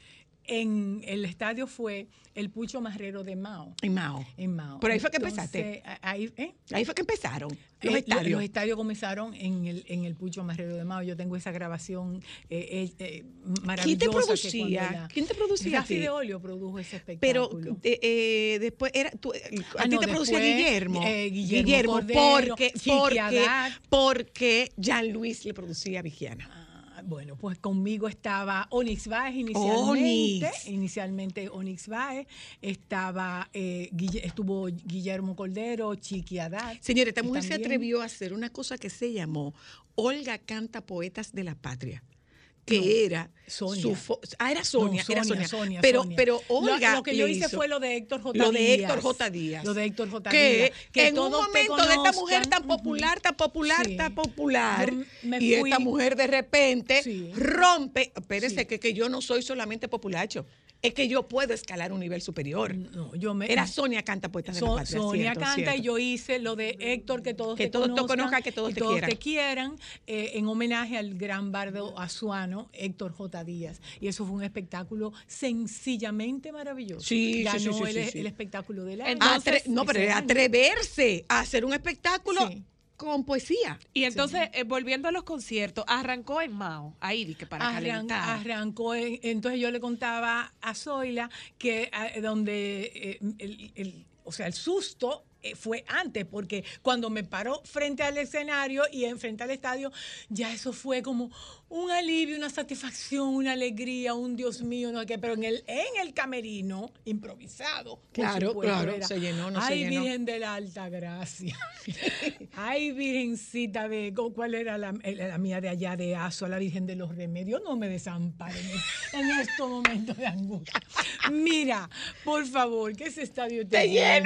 S5: En el estadio fue el Pucho Marrero de Mao.
S4: En Mao.
S5: En Mao.
S4: Por ahí fue que
S5: Entonces,
S4: empezaste.
S5: a- Ahí, ¿eh?
S4: Ahí fue que empezaron los
S5: Eh,
S4: estadios.
S5: Los estadios comenzaron en el, en el Pucho Marrero de Mao. Yo tengo esa grabación eh, eh, eh, maravillosa.
S4: ¿Quién te
S5: que cuando
S4: producía?
S5: la-
S4: ¿Quién te producía a
S5: Rafi
S4: ti?
S5: de Olio produjo ese
S4: Pero
S5: espectáculo.
S4: eh, eh, después era tú, eh, a
S5: Ah,
S4: ti
S5: no,
S4: te producía
S5: después,
S4: Guillermo.
S5: eh, Guillermo Cordero,
S4: porque,
S5: Chiqui
S4: porque,
S5: Haddad.
S4: porque Jean Luis le producía a Vigiana.
S5: Bueno, pues conmigo estaba Onyx Baez inicialmente.
S4: Onyx.
S5: Inicialmente Onyx Baez. Estaba, eh, Guille- estuvo Guillermo Cordero, Chiqui Haddad.
S4: Señora, esta
S5: y
S4: mujer se
S5: también-
S4: atrevió a hacer una cosa que se llamó Olga Canta Poetas de la Patria, que
S5: No,
S4: era
S5: Sonia.
S4: su fo- ah, era Sonia,
S5: No,
S4: era
S5: Sonia,
S4: Sonia.
S5: Sonia,
S4: pero,
S5: Sonia.
S4: pero Olga
S5: Lo, lo que yo
S4: le
S5: hice
S4: hizo
S5: fue lo de Héctor J.
S4: lo de
S5: Díaz.
S4: Héctor J. Díaz.
S5: Lo de Héctor J.
S4: Que,
S5: Díaz. Que
S4: en un
S5: todos te
S4: momento de esta mujer
S5: conozcan.
S4: tan popular, tan popular,
S5: Sí.
S4: tan popular,
S5: Yo me
S4: y
S5: fui-
S4: esta mujer de repente
S5: Sí.
S4: rompe, espérese
S5: Sí.
S4: que, que yo no soy solamente populacho, es que yo puedo escalar un nivel superior.
S5: No, yo me,
S4: Era Sonia Canta Poetas de la
S5: So-
S4: Patria.
S5: Sonia
S4: cierto,
S5: canta
S4: cierto.
S5: y yo hice lo de Héctor, que todos
S4: Que
S5: te
S4: todos te
S5: conozcan,
S4: conozcan, que todos
S5: y
S4: te
S5: todos
S4: quieran.
S5: te quieran, eh, en homenaje al gran bardo azuano Héctor J. Díaz. Y eso fue un espectáculo sencillamente maravilloso.
S4: Sí, sí,
S5: Ganó
S4: sí, sí,
S5: el,
S4: sí, sí.
S5: el espectáculo del año.
S4: Atre- no, pero
S5: ese
S4: es
S5: año.
S4: atreverse a hacer un espectáculo
S5: Sí.
S4: con poesía.
S7: Y entonces, eh, volviendo a los conciertos, arrancó en Mao, ahí di que para
S5: Arran-
S7: calentar.
S5: Arrancó, en- entonces yo le contaba a Zoila que eh, donde eh, el, el- o sea, el susto eh, fue antes, porque cuando me paró frente al escenario y en frente al estadio, ya eso fue como un alivio, una satisfacción, una alegría, un Dios mío, no sé qué, pero en el, en el camerino, improvisado, por
S4: Claro,
S5: supuesto,
S4: claro,
S5: era,
S4: se llenó, no se
S5: Ay,
S4: llenó.
S5: Virgen de la Alta Gracia. Ay, Virgencita de, ¿cuál era la, la mía de allá de Azo, la Virgen de los Remedios? No me desamparen en, en estos momentos de angustia. Mira, por favor, que ese estadio esté
S4: Esté lleno.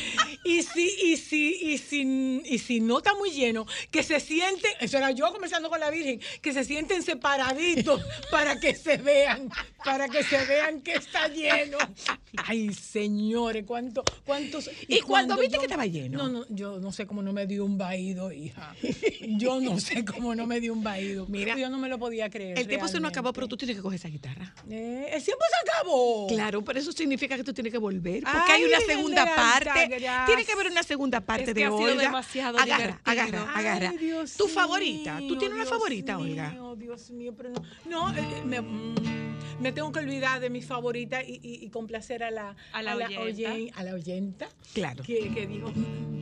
S5: Y si, y si, y si, y si no está muy lleno, que se sienten, eso era yo conversando con la Virgen, que se sienten separaditos para que se vean, para que se vean que está lleno. Ay, señores, cuánto, cuántos.
S4: ¿Y cuando viste que estaba lleno?
S5: No, no, yo no sé cómo no me dio un vaído, hija. Yo no sé cómo no me dio un vaído.
S4: Mira,
S5: yo no me lo podía creer.
S4: El tiempo se nos
S5: realmente.
S4: acabó, pero tú tienes que coger esa guitarra.
S5: Eh, el tiempo se acabó.
S4: Claro, pero eso significa que tú tienes que volver. Porque
S5: Ay,
S4: hay una
S5: Virgen
S4: segunda
S5: de la
S4: parte.
S5: Altagracia.
S4: Tiene que haber una segunda parte
S7: Es que
S4: de
S7: ha sido
S4: Olga.
S7: demasiado
S4: agarra,
S7: divertido.
S4: agarra, agarra.
S5: Ay, Dios
S4: tu
S5: mío,
S4: favorita. ¿Tú tienes una
S5: Dios
S4: favorita,
S5: mío,
S4: Olga?
S5: Dios mío, pero no. No, eh, me, mm, me tengo que olvidar de mi favorita y, y- y complacer a la,
S7: A la oyenta.
S5: oyen- a la oyenta.
S4: Claro.
S5: Que, que dijo: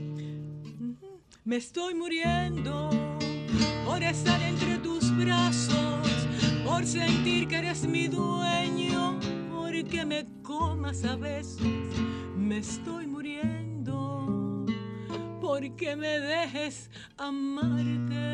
S5: me estoy muriendo por estar entre tus brazos, por sentir que eres mi dueño, porque me comas a besos. Me estoy muriendo porque me dejes amarte.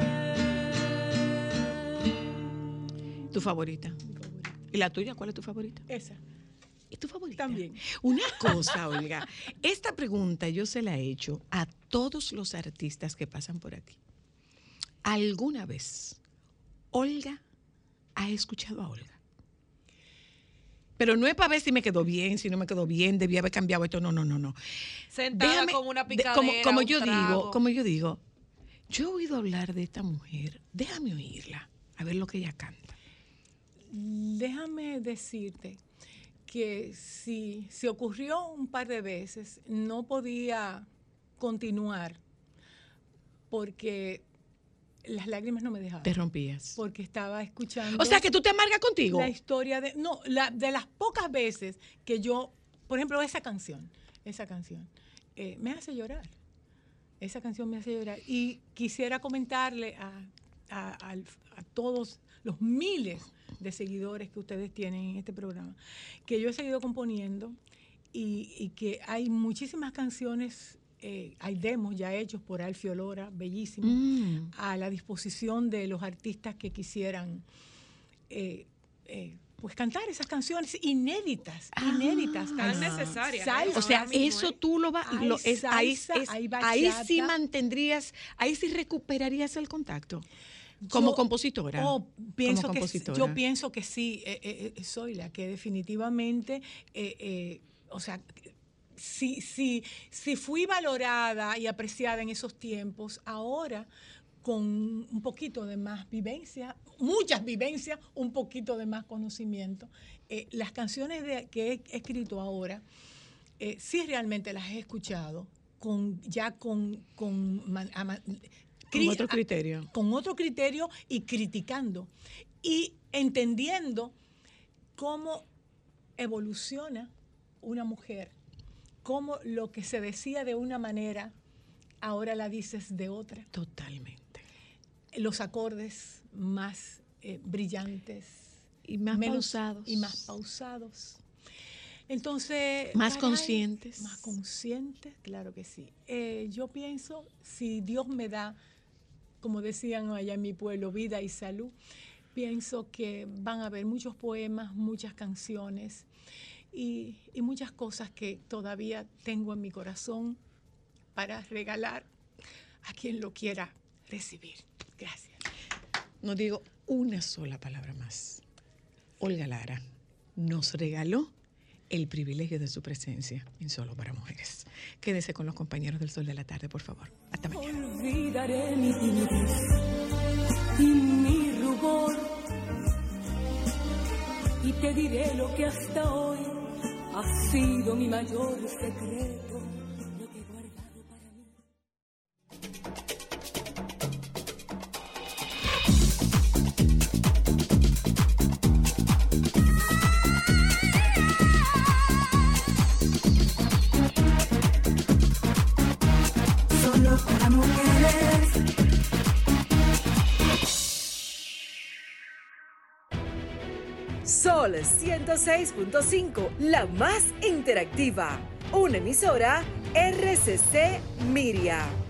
S4: Tu favorita. ¿Y la tuya? ¿Cuál es tu favorita?
S5: Esa.
S4: ¿Y tu favorita?
S5: También.
S4: Una cosa, Olga. Esta pregunta yo se la he hecho a todos los artistas que pasan por aquí. ¿Alguna vez Olga ha escuchado a Olga? Pero no es para ver si me quedó bien, si no me quedó bien, debía haber cambiado esto. No, no, no, no.
S7: Sentada
S4: Déjame-
S7: con una
S4: de-
S7: picadera,
S4: como, como
S7: un
S4: yo digo,
S7: trago.
S4: como yo digo, yo he oído hablar de esta mujer. Déjame oírla, a ver lo que ella canta.
S5: Déjame decirte que si se ocurrió un par de veces, no podía continuar porque las lágrimas no me dejaban.
S4: Te rompías.
S5: Porque estaba escuchando.
S4: O sea, que tú te amargas contigo.
S5: La historia de. No, la, de las pocas veces que yo. Por ejemplo, esa canción. Esa canción. Eh, me hace llorar. Esa canción me hace llorar. Y quisiera comentarle a, a, a, a todos los miles de seguidores que ustedes tienen en este programa que yo he seguido componiendo y, y que hay muchísimas canciones. Eh, hay demos ya hechos por Alfio Lora, bellísimos, mm. a la disposición de los artistas que quisieran eh, eh, pues cantar esas canciones inéditas, ah, inéditas,
S7: tan necesarias.
S4: O sea, eso ¿eh? Tú lo vas, lo, es, salsa, ahí, es, hay ahí sí mantendrías, ahí sí recuperarías el contacto. Como
S5: yo,
S4: compositora.
S5: Oh, pienso
S4: como
S5: que,
S4: compositora.
S5: Yo pienso que sí, eh, eh, soy la que definitivamente, eh, eh, o sea, Si, si, si fui valorada y apreciada en esos tiempos, ahora con un poquito de más vivencia, muchas vivencias, un poquito de más conocimiento, eh, las canciones de, que he escrito ahora, eh, sí realmente las he escuchado, con, ya con, con, man, a,
S4: con otro criterio.
S5: A, con otro criterio y criticando y entendiendo cómo evoluciona una mujer. Cómo lo que se decía de una manera, ahora la dices de otra.
S4: Totalmente.
S5: Los acordes más eh, brillantes.
S4: Y más
S5: menos,
S4: pausados.
S5: Y más pausados. Entonces...
S4: Más
S5: caray,
S4: conscientes.
S5: Más conscientes, claro que sí. Eh, yo pienso, si Dios me da, como decían allá en mi pueblo, vida y salud, pienso que van a haber muchos poemas, muchas canciones, Y, y muchas cosas que todavía tengo en mi corazón para regalar a quien lo quiera recibir. Gracias.
S4: No digo una sola palabra más. Olga Lara nos regaló el privilegio de su presencia en Solo para Mujeres. Quédese con los compañeros del Sol de la Tarde, por favor. Hasta mañana.
S6: Olvidaré mi timidez y mi rubor y te diré lo que hasta hoy ha sido mi mayor secreto, lo que he guardado para mí.
S3: Solo para mujeres.
S1: Sol ciento seis punto cinco, la más interactiva. Una emisora R C C Miria.